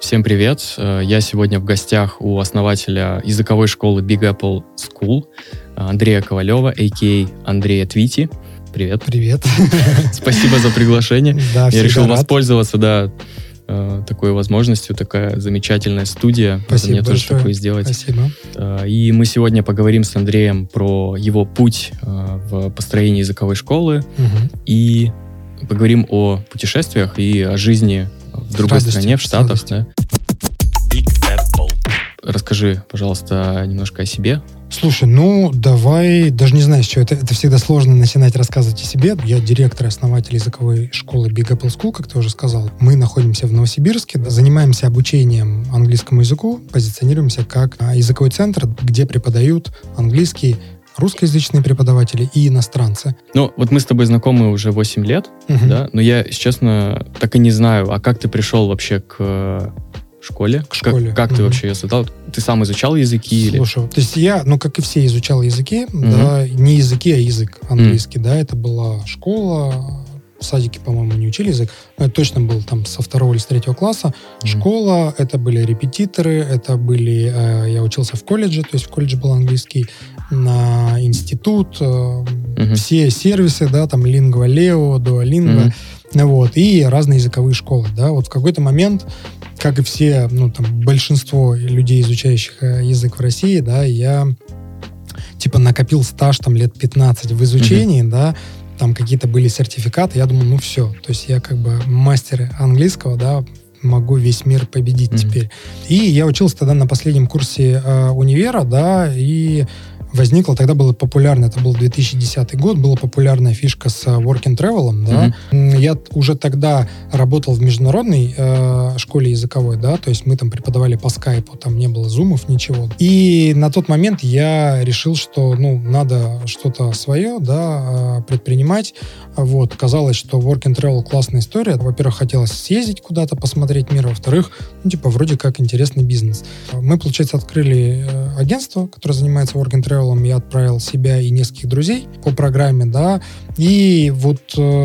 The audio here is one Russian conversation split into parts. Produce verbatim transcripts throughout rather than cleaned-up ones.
Всем привет! Я сегодня в гостях у основателя языковой школы Big Apple School Андрея Ковалева, а.к.а. Андрея Твити. Привет. Привет. Спасибо за приглашение. Да, Я решил рад. воспользоваться, да, такой возможностью, такая замечательная студия. Спасибо мне большое. тоже такое сделать. Спасибо. И мы сегодня поговорим с Андреем про его путь в построении языковой школы Угу. и поговорим о путешествиях и о жизни в другой радостью, стране, в с Штатах. радостью. Да? Расскажи, пожалуйста, немножко о себе. Слушай, ну давай, даже не знаю, с чего. Это, это всегда сложно начинать рассказывать о себе. Я директор и основатель языковой школы Big Apple School, как ты уже сказал. Мы находимся в Новосибирске, занимаемся обучением английскому языку, позиционируемся как языковой центр, где преподают английский русскоязычные преподаватели и иностранцы. Ну, вот мы с тобой знакомы уже восемь лет, Угу. да, но я, если честно, так и не знаю, а как ты пришел вообще к школе? К школе. Как, как ты Мгм. вообще ее создал? Ты сам изучал языки? Или... Слушай, то есть я, ну, как и все, изучал языки, да, не языки, а язык английский, да, это была школа, в садике, по-моему, не учили язык, но это точно был там со второго или с третьего класса. Школа, это были репетиторы, это были, э, я учился в колледже, то есть в колледже был английский, на институт, э, Мгм. все сервисы, да, там Lingua Leo, Duolingo, Мгм. вот, и разные языковые школы, да, вот в какой-то момент, как и все, ну, там, большинство людей, изучающих э, язык в России, да, я, типа, накопил стаж, там, лет пятнадцать в изучении, да, там какие-то были сертификаты, я думал, ну, все, то есть я, как бы, мастер английского, да, могу весь мир победить Мгм. теперь. И я учился тогда на последнем курсе э, универа, да, и возникла, тогда было популярно, это был две тысячи десятый год, была популярная фишка с э, work and travel, да. М, Я т- уже тогда работал в международной э, школе языковой, да, то есть мы там преподавали по скайпу, там не было зумов, ничего. И на тот момент я решил, что, ну, надо что-то свое, да, э, предпринимать. Вот, казалось, что work and travel классная история. Во-первых, хотелось съездить куда-то, посмотреть мир, во-вторых, ну, типа, вроде как интересный бизнес. Мы, получается, открыли э, агентство, которое занимается work and travel. Я отправил себя и нескольких друзей по программе, да, и вот,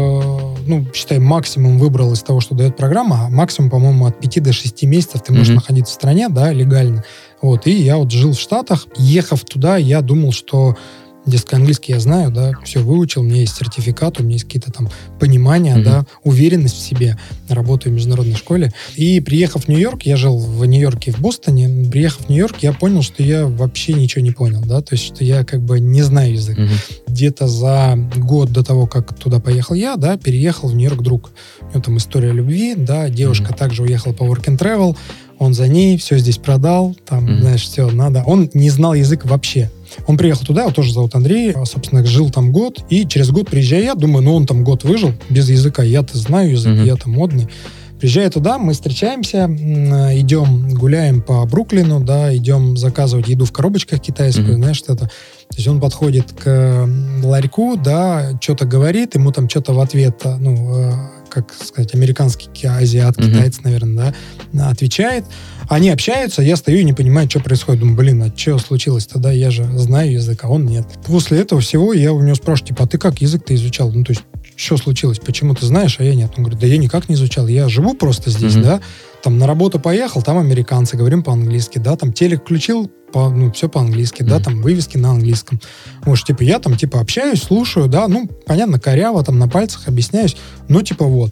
э, ну, считай, максимум выбрал из того, что дает программа, а максимум, по-моему, от пяти до шести месяцев ты можешь Мгм. находиться в стране, да, легально. Вот, и я вот жил в Штатах, ехав туда, я думал, что дескать, английский я знаю, да, все выучил, у меня есть сертификат, у меня есть какие-то там понимания, Мгм. да, уверенность в себе, работаю в международной школе. И приехав в Нью-Йорк, я жил в Нью-Йорке и в Бостоне, приехав в Нью-Йорк, я понял, что я вообще ничего не понял, да, то есть, что я как бы не знаю язык. Мгм. Где-то за год до того, как туда поехал я, да, переехал в Нью-Йорк друг. У него там история любви, да, девушка Мгм. также уехала по work and travel, он за ней, все здесь продал, там, Мгм. знаешь, все, надо. Он не знал язык вообще. Он приехал туда, его тоже зовут Андрей, собственно, жил там год, и через год приезжаю я, думаю, ну он там год выжил без языка, я-то знаю язык, Мгм. я-то модный. Приезжаю туда, мы встречаемся, м, идем, гуляем по Бруклину, да, идем заказывать еду в коробочках китайскую, Мгм. знаешь, что-то. То есть он подходит к ларьку, да, что-то говорит, ему там что-то в ответ, ну, э, как сказать, американский азиат, Мгм. китаец, наверное, да, отвечает. Они общаются, я стою и не понимаю, что происходит. Думаю, блин, а что случилось тогда? Я же знаю язык, а он нет. После этого всего я у него спрашиваю, типа, а ты как язык-то изучал? Ну, то есть, что случилось? Почему ты знаешь, а я нет? Он говорит, да я никак не изучал, я живу просто здесь, Мгм. да, там на работу поехал, там американцы, говорим по-английски, да, там телек включил, по, ну, все по-английски, да, Мгм. там вывески на английском. Может, типа, я там, типа, общаюсь, слушаю, да, ну, понятно, коряво, там на пальцах объясняюсь, ну, типа, вот.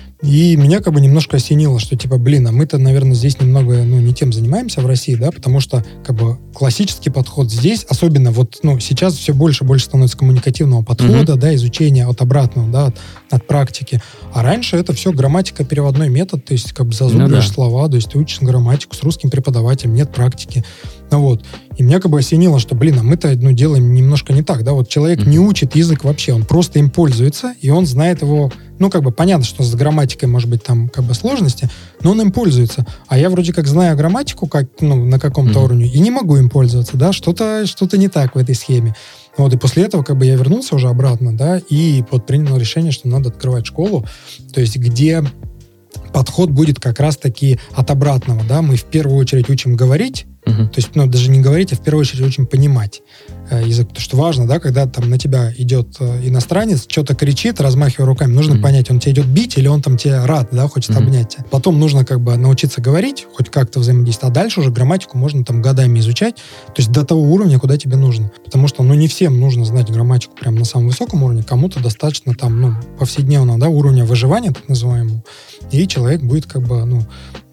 И меня как бы немножко осенило, что типа, блин, а мы-то, наверное, здесь немного, ну, не тем занимаемся в России, да, потому что как бы классический подход здесь, особенно вот, ну, сейчас все больше и больше становится коммуникативного подхода, Мгм. да, изучения от обратного, да, от, от практики. А раньше это все грамматика-переводной метод, то есть как бы зазубриваешь да. слова, то есть ты учишь грамматику с русским преподавателем, нет практики. Ну вот. И меня как бы осенило, что, блин, а мы-то, ну, делаем немножко не так, да, вот человек Мгм. не учит язык вообще, он просто им пользуется, и он знает его, ну, как бы понятно, что с грамматикой, может быть, там, как бы сложности, но он им пользуется. А я вроде как знаю грамматику, как, ну, на каком-то Мгм. уровне, и не могу им пользоваться, да, что-то, что-то не так в этой схеме. Вот, и после этого, как бы, я вернулся уже обратно, да, и вот принял решение, что надо открывать школу, то есть где подход будет как раз-таки от обратного, да, мы в первую очередь учим говорить, Uh-huh. То есть, ну, даже не говорить, а в первую очередь очень понимать э, язык. Потому что важно, да, когда там на тебя идет э, иностранец, что-то кричит, размахивая руками, нужно uh-huh. понять, он тебе идет бить или он там тебе рад, да, хочет uh-huh. обнять тебя. Потом нужно как бы научиться говорить, хоть как-то взаимодействовать, а дальше уже грамматику можно там годами изучать, то есть до того уровня, куда тебе нужно. Потому что, ну, не всем нужно знать грамматику прямо на самом высоком уровне, кому-то достаточно там, ну, повседневного, да, уровня выживания, так называемого, и человек будет как бы, ну,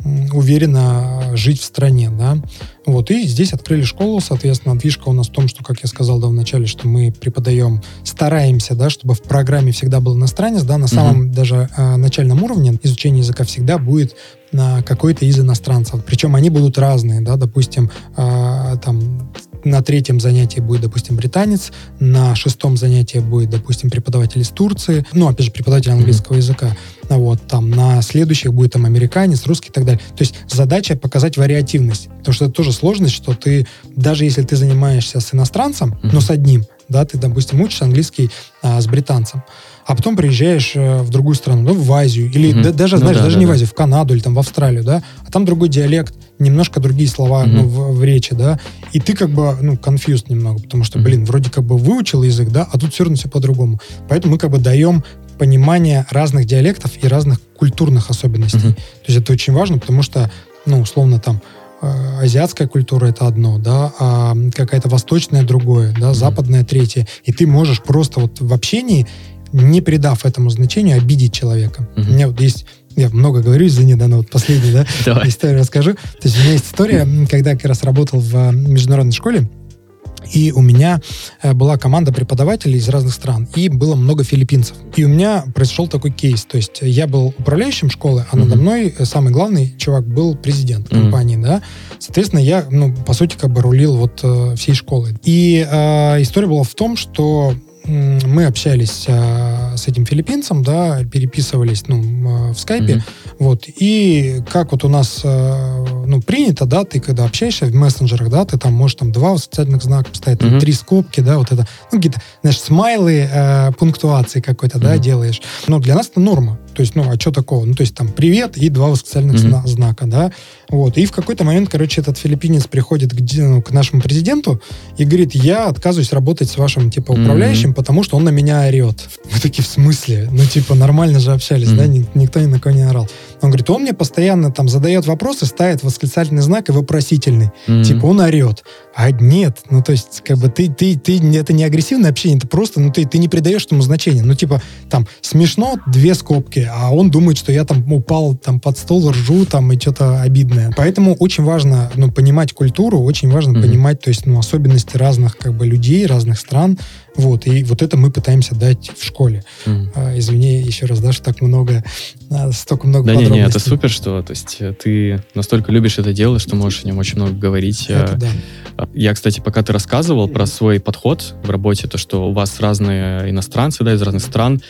уверенно жить в стране, да. Вот, и здесь открыли школу, соответственно, движка у нас в том, что, как я сказал, да, в начале, что мы преподаем, стараемся, да, чтобы в программе всегда был иностранец, да, на самом mm-hmm. даже э, начальном уровне изучения языка всегда будет на какой-то из иностранцев, причем они будут разные, да, допустим, э, там, на третьем занятии будет, допустим, британец, на шестом занятии будет, допустим, преподаватель из Турции, ну, опять же, преподаватель английского mm-hmm. языка, вот, там, на следующих будет там американец, русский и так далее. То есть задача показать вариативность, потому что это тоже сложность, что ты, даже если ты занимаешься с иностранцем, mm-hmm. но с одним, да, ты, допустим, учишь английский а, с британцем, а потом приезжаешь э, в другую страну, ну, в Азию, или mm-hmm. да, даже, знаешь, ну, да, даже да, не да. в Азию, в Канаду или там в Австралию, да, а там другой диалект, немножко другие слова mm-hmm. ну, в, в речи, да, и ты как бы, ну, confused немного, потому что, mm-hmm. блин, вроде как бы выучил язык, да, а тут все равно все по-другому. Поэтому мы как бы даем понимание разных диалектов и разных культурных особенностей. Mm-hmm. То есть это очень важно, потому что, ну, условно, там, азиатская культура — это одно, да, а какая-то восточная — другое, да, mm-hmm. западная — третье. И ты можешь просто вот в общении, не придав этому значению, обидеть человека. Mm-hmm. У меня вот есть... Я много говорю, извини, да, но вот последнюю, да, историю расскажу. То есть у меня есть история, когда я как раз работал в международной школе, и у меня была команда преподавателей из разных стран, и было много филиппинцев. И у меня произошел такой кейс. То есть я был управляющим школы, а mm-hmm. надо мной самый главный чувак был президент mm-hmm. компании, да. Соответственно, я, ну, по сути, как бы рулил вот э, всей школой. И э, история была в том, что мы общались а, с этим филиппинцем, да, переписывались, ну, в скайпе, mm-hmm. вот, и как вот у нас, а, ну, принято, да, ты когда общаешься в мессенджерах, да, ты там можешь там два восклицательных знака поставить, mm-hmm. там, три скобки, да, вот это, ну, какие-то, знаешь, смайлы, а, пунктуации какой-то, mm-hmm. да, делаешь. Ну, для нас это норма. То есть, ну, а что такого? Ну, то есть, там, привет и два восклицательных mm-hmm. знака, да, вот, и в какой-то момент, короче, этот филиппинец приходит к, ну, к нашему президенту и говорит: я отказываюсь работать с вашим, типа, управляющим, mm-hmm. потому что он на меня орет. Мы такие: в смысле? Ну, типа, нормально же общались, mm-hmm. да, никто ни на кого не орал. Он говорит: он мне постоянно там задает вопросы, ставит восклицательный знак и вопросительный. Mm-hmm. Типа, он орет. А нет, ну, то есть, как бы, ты, ты, ты, это не агрессивное общение, это просто, ну, ты, ты не придаешь этому значения. Ну, типа, там, смешно, две скобки, а он думает, что я там упал там под стол, ржу там и что-то обидное. Поэтому очень важно, ну, понимать культуру, очень важно mm-hmm. понимать, то есть, ну, особенности разных, как бы, людей, разных стран. Вот, и вот это мы пытаемся дать в школе. Mm. А, извини еще раз, да, что так много, столько много да подробностей. Да не, не, это супер, что, то есть, ты настолько любишь это дело, что можешь о нем очень много говорить. Это да. Я, кстати, пока ты рассказывал mm. про свой подход в работе, то, что у вас разные иностранцы, да, из разных стран,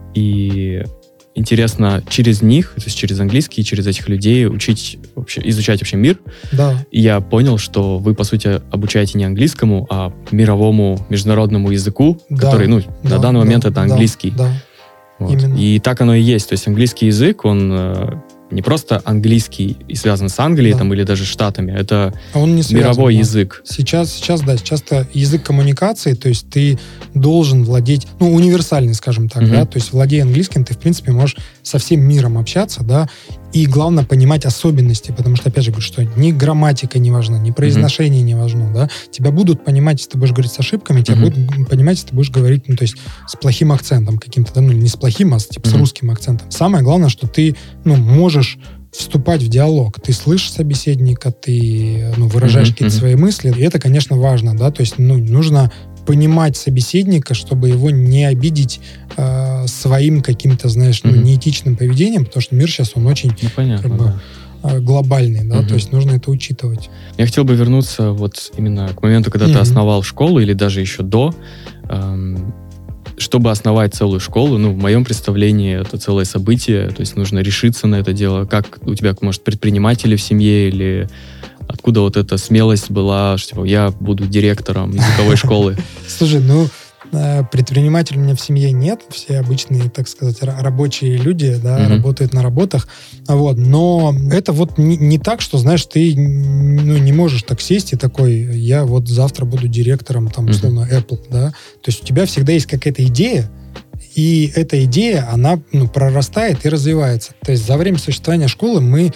и интересно через них, то есть через английский, через этих людей учить вообще, изучать вообще мир. Да. И я понял, что вы, по сути, обучаете не английскому, а мировому международному языку, да. который, ну, да, на данный да, момент это английский. Да, да. Вот. И так оно и есть. То есть английский язык, он э, не просто английский и связан с Англией, да. там, или даже Штатами, это а он не связан, мировой да. язык. Сейчас, сейчас, да, сейчас-то язык коммуникации, то есть ты должен владеть, ну, универсальный, скажем так, mm-hmm. да, то есть владея английским, ты, в принципе, можешь со всем миром общаться, да, и главное понимать особенности, потому что, опять же, говорю, что ни грамматика не важна, ни произношение mm-hmm. не важно, да, тебя будут понимать, если ты будешь говорить с ошибками, тебя mm-hmm. будут понимать, если ты будешь говорить, ну, то есть с плохим акцентом каким-то, да, ну, не с плохим, а с, типа, mm-hmm. с русским акцентом. Самое главное, что ты, ну, можешь вступать в диалог. Ты слышишь собеседника, ты, ну, выражаешь mm-hmm. какие-то свои мысли, и это, конечно, важно, да, то есть, ну, нужно понимать собеседника, чтобы его не обидеть э, своим каким-то, знаешь, mm-hmm. ну, неэтичным поведением, потому что мир сейчас, он очень ну, понятно, как бы, да. глобальный, да, mm-hmm. то есть нужно это учитывать. Я хотел бы вернуться вот именно к моменту, когда mm-hmm. ты основал школу, или даже еще до. Эм, чтобы основать целую школу, ну, в моем представлении, это целое событие, то есть нужно решиться на это дело. Как у тебя, может, предприниматели в семье, или откуда вот эта смелость была, что типа, я буду директором языковой школы? Слушай, ну, предпринимателей у меня в семье нет, все обычные, так сказать, рабочие люди, да, mm-hmm. работают на работах, вот, но это вот не, не так, что, знаешь, ты ну, не можешь так сесть и такой, я вот завтра буду директором, там, условно, mm-hmm. Apple, да, то есть у тебя всегда есть какая-то идея, и эта идея, она ну, прорастает и развивается. То есть за время существования школы мы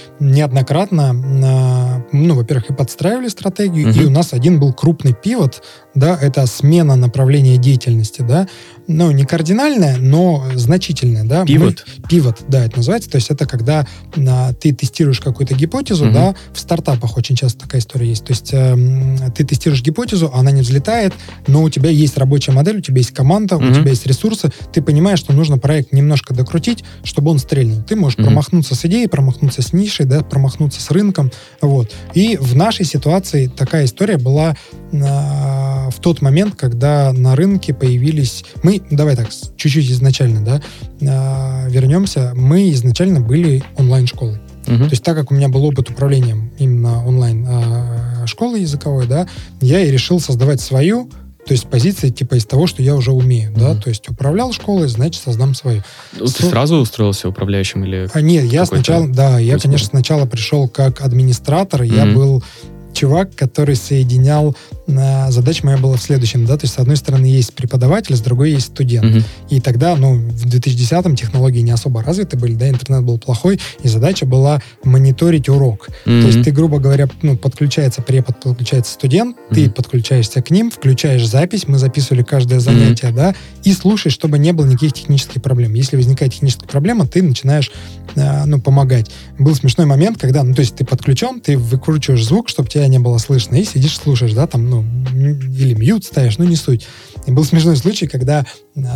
неоднократно, ну, во-первых, и подстраивали стратегию, uh-huh. и у нас один был крупный пивот, да, это смена направления деятельности, да, ну, не кардинальная, но значительная, да. Пивот? Мы, пивот, да, это называется, то есть это когда а, ты тестируешь какую-то гипотезу, uh-huh. да, в стартапах очень часто такая история есть, то есть а, ты тестируешь гипотезу, она не взлетает, но у тебя есть рабочая модель, у тебя есть команда, uh-huh. у тебя есть ресурсы, ты понимаешь, что нужно проект немножко докрутить, чтобы он стрельнул. Ты можешь uh-huh. промахнуться с идеей, промахнуться с нишей, да, промахнуться с рынком, вот. И в нашей ситуации такая история была а, в тот момент, когда на рынке появились... Мы, давай так, чуть-чуть изначально, да, а, вернемся. Мы изначально были онлайн-школой. Uh-huh. То есть так как у меня был опыт управлением именно онлайн-школой языковой, да, я и решил создавать свою, то есть позиции типа из того, что я уже умею, mm-hmm. да, то есть управлял школой, значит, создам свою. Ты Со... сразу устроился управляющим или... А, нет, я сначала, да, я, конечно, сначала пришел как администратор, mm-hmm. я был чувак, который соединял... Задача моя была в следующем, да, то есть с одной стороны есть преподаватель, с другой есть студент. Mm-hmm. И тогда, ну, в две тысячи десятом технологии не особо развиты были, да, интернет был плохой, и задача была мониторить урок. Mm-hmm. То есть ты, грубо говоря, ну, подключается препод, подключается студент, mm-hmm. ты подключаешься к ним, включаешь запись, мы записывали каждое занятие, mm-hmm. да, и слушаешь, чтобы не было никаких технических проблем. Если возникает техническая проблема, ты начинаешь, э, ну, помогать. Был смешной момент, когда, ну, то есть ты подключен, ты выкручиваешь звук, чтобы тебя не было слышно, и сидишь, слушаешь, да, там, ну, или мьют ставишь, ну, не суть. И был смешной случай, когда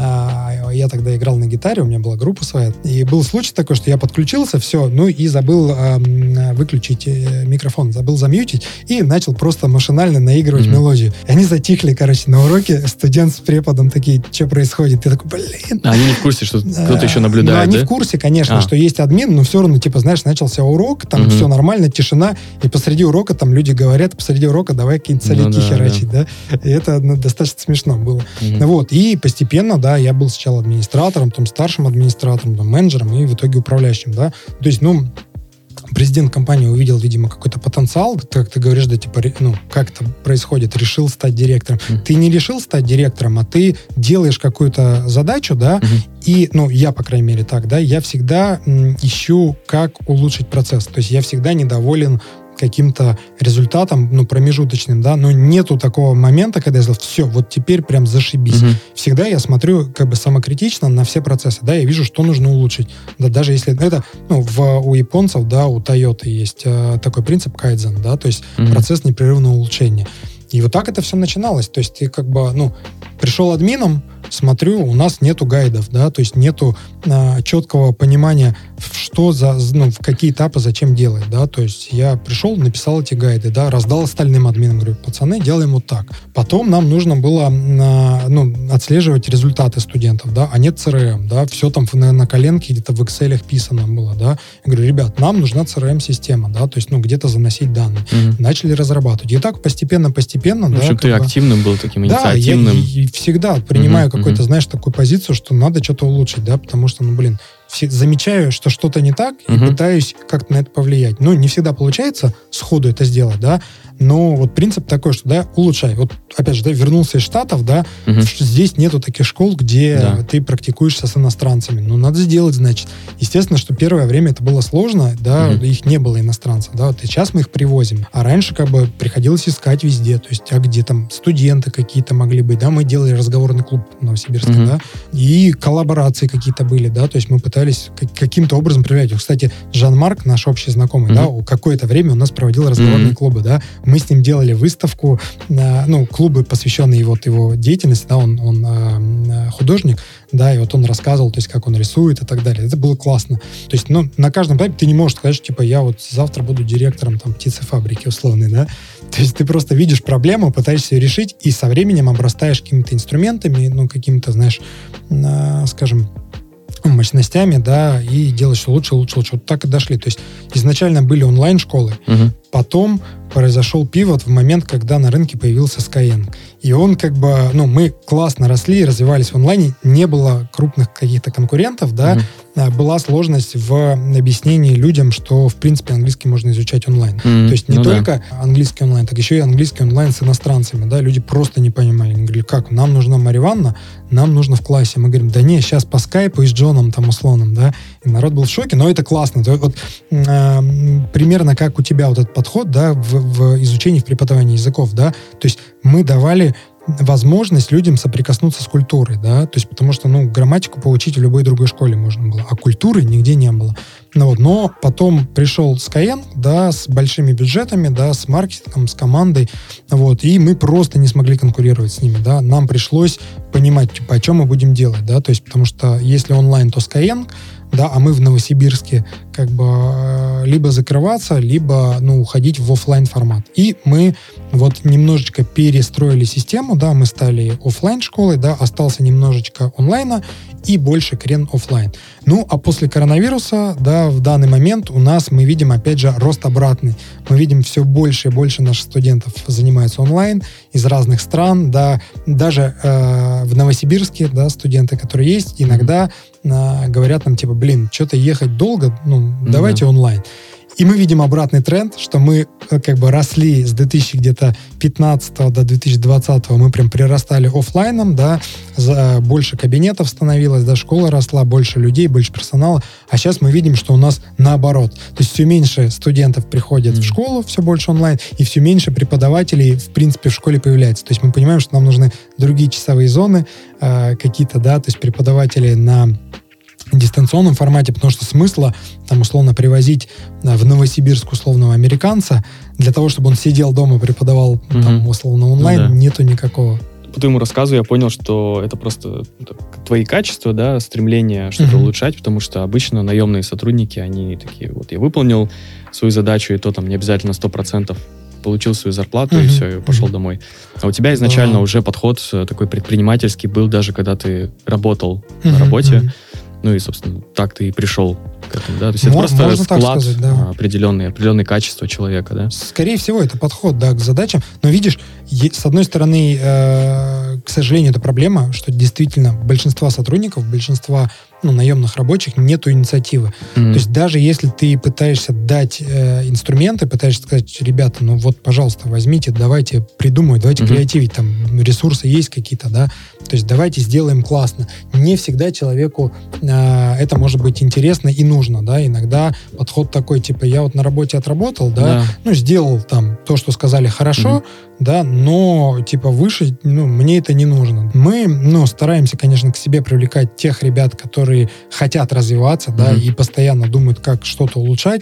а, я тогда играл на гитаре, у меня была группа своя, и был случай такой, что я подключился, все, ну, и забыл а, выключить микрофон, забыл замьютить, и начал просто машинально наигрывать mm-hmm. мелодию. И они затихли, короче, на уроке, студент с преподом такие, что происходит? Я такой, блин. А они не в курсе, что кто-то еще наблюдает, ну, они да? в курсе, конечно, а. что есть админ, но все равно, типа, знаешь, начался урок, там mm-hmm. все нормально, тишина, и посреди урока там люди говорят, посреди урока давай какие-то соляки ну, да, херачить, да. да? И это ну, достаточно смешно было. Mm-hmm. Вот, и постепенно, да, я был сначала администратором, потом старшим администратором, потом менеджером и в итоге управляющим, да. То есть, ну, президент компании увидел, видимо, какой-то потенциал, как ты говоришь, да, типа, ну, как это происходит, решил стать директором. Mm-hmm. Ты не решил стать директором, а ты делаешь какую-то задачу, да, mm-hmm. и, ну, я, по крайней мере, так, да, я всегда м, ищу, как улучшить процесс. То есть я всегда недоволен каким-то результатом, ну, промежуточным, да, но нету такого момента, когда я сказал, все, вот теперь прям зашибись. Uh-huh. Всегда я смотрю как бы самокритично на все процессы, да, я вижу, что нужно улучшить. Да, даже если это, ну, в, у японцев, да, у Toyota есть э, такой принцип кайдзен, да, то есть uh-huh. процесс непрерывного улучшения. И вот так это все начиналось. То есть ты как бы, ну, пришел админом, смотрю, у нас нету гайдов, да, то есть нету а, четкого понимания, что за, ну, в какие этапы зачем делать, да, то есть я пришел, написал эти гайды, да, раздал остальным админам, говорю, пацаны, делаем вот так. Потом нам нужно было, а, ну, отслеживать результаты студентов, да, а нет си эр эм, да, все там на, на коленке где-то в Excel писано было, да. Я говорю, ребят, нам нужна си эр эм-система, да, то есть, ну, где-то заносить данные. Mm-hmm. Начали разрабатывать. И так постепенно-постепенно, ну, да. В общем, ты бы, активным был, таким инициативным. Да, я, я всегда принимаю mm-hmm. какую-то, знаешь, такую позицию, что надо что-то улучшить, да, потому что, ну, блин, все, замечаю, что что-то не так, uh-huh. и пытаюсь как-то на это повлиять. Ну, не всегда получается сходу это сделать, да, но вот принцип такой, что, да, улучшай. Вот, опять же, да, вернулся из Штатов, да, uh-huh. здесь нету таких школ, где да. ты практикуешься с иностранцами. Ну, надо сделать, значит. Естественно, что первое время это было сложно, да, uh-huh. их не было иностранцев, да, вот и сейчас мы их привозим. А раньше как бы приходилось искать везде, то есть, а где там студенты какие-то могли быть, да, мы делали разговорный клуб в Новосибирске, uh-huh. да, и коллаборации какие-то были, да, то есть мы пытались каким-то образом проявлять. Кстати, Жан-Марк, наш общий знакомый, mm-hmm. да, какое-то время у нас проводил разговорные mm-hmm. клубы, да, мы с ним делали выставку, э, ну, клубы, посвященные вот его деятельности, да, он, он э, художник, да, и вот он рассказывал, то есть, как он рисует и так далее. Это было классно. То есть, ну, на каждом этапе ты не можешь сказать, что, типа, я вот завтра буду директором, там, птицефабрики условной, да. То есть ты просто видишь проблему, пытаешься ее решить, и со временем обрастаешь какими-то инструментами, ну, какими-то, знаешь, э, скажем, мощностями, да, и делать все лучше, лучше, лучше. Вот так и дошли. То есть изначально были онлайн-школы, uh-huh. потом произошел пивот в момент, когда на рынке появился Skyeng. И он как бы, ну, мы классно росли, развивались в онлайне, не было крупных каких-то конкурентов, да, mm-hmm. была сложность в объяснении людям, что, в принципе, английский можно изучать онлайн. Mm-hmm. То есть не ну только да. английский онлайн, так еще и английский онлайн с иностранцами, да, люди просто не понимали. Они говорили, как, нам нужна Марья Ивановна, нам нужно в классе. Мы говорим, да не, сейчас по скайпу и с Джоном там условным, да, и народ был в шоке, но это классно. То, вот, э, примерно как у тебя вот этот подход, да, в, в изучении, в преподавании языков, да, то есть мы давали возможность людям соприкоснуться с культурой, да, то есть потому что, ну, грамматику получить в любой другой школе можно было, а культуры нигде не было. Ну, вот, но потом пришел Skyeng, да, с большими бюджетами, да, с маркетингом, с командой, вот, и мы просто не смогли конкурировать с ними, да, нам пришлось понимать, типа, о чем мы будем делать, да, то есть потому что если онлайн, то Skyeng, да, а мы в Новосибирске как бы либо закрываться, либо, ну, уходить в офлайн формат. И мы вот немножечко перестроили систему, да, мы стали офлайн школой, да, остался немножечко онлайна и больше крен офлайн. Ну, а после коронавируса, да, в данный момент у нас мы видим, опять же, рост обратный. Мы видим все больше и больше наших студентов занимаются онлайн из разных стран, да, даже э, в Новосибирске, да, студенты, которые есть, иногда э, говорят нам, типа, блин, что-то ехать долго, ну, mm-hmm. давайте онлайн. И мы видим обратный тренд, что мы как бы росли с две тысячи пятнадцатого до две тысячи двадцатого, мы прям прирастали офлайном, да, за, больше кабинетов становилось, да, школа росла, больше людей, больше персонала, а сейчас мы видим, что у нас наоборот. То есть все меньше студентов приходят mm-hmm. в школу, все больше онлайн, и все меньше преподавателей, в принципе, в школе появляется. То есть мы понимаем, что нам нужны другие часовые зоны, э, какие-то, да, то есть преподаватели на дистанционном формате, потому что смысла там условно привозить в Новосибирск условного американца для того, чтобы он сидел дома, преподавал mm-hmm. там условно онлайн, ну, да. нету никакого. По твоему рассказу я понял, что это просто твои качества, да, стремление что-то mm-hmm. улучшать, потому что обычно наемные сотрудники, они такие, вот я выполнил свою задачу, и то там не обязательно сто процентов получил свою зарплату, mm-hmm. и все, и пошел mm-hmm. домой. А у тебя изначально yeah. уже подход такой предпринимательский был, даже когда ты работал mm-hmm. на работе. Mm-hmm. Ну и, собственно, так ты и пришел к этому, да? То есть это Можно просто склад сказать, да. определенные, определенные качества человека, да? Скорее всего, это подход, да, к задачам. Но видишь, с одной стороны, э, к сожалению, это проблема, что действительно большинства сотрудников, большинства ну, наемных рабочих нету инициативы. Mm-hmm. То есть даже если ты пытаешься дать э, инструменты, пытаешься сказать, ребята, ну вот, пожалуйста, возьмите, давайте придумать, давайте mm-hmm. креативить, там ресурсы есть какие-то, да, то есть давайте сделаем классно. Не всегда человеку э, это может быть интересно и нужно, да, иногда подход такой, типа, я вот на работе отработал, да, yeah. ну, сделал там то, что сказали хорошо, mm-hmm. да, но, типа, выше, ну, мне это не нужно. Мы, ну, стараемся, конечно, к себе привлекать тех ребят, которые хотят развиваться, mm-hmm. да, и постоянно думают, как что-то улучшать.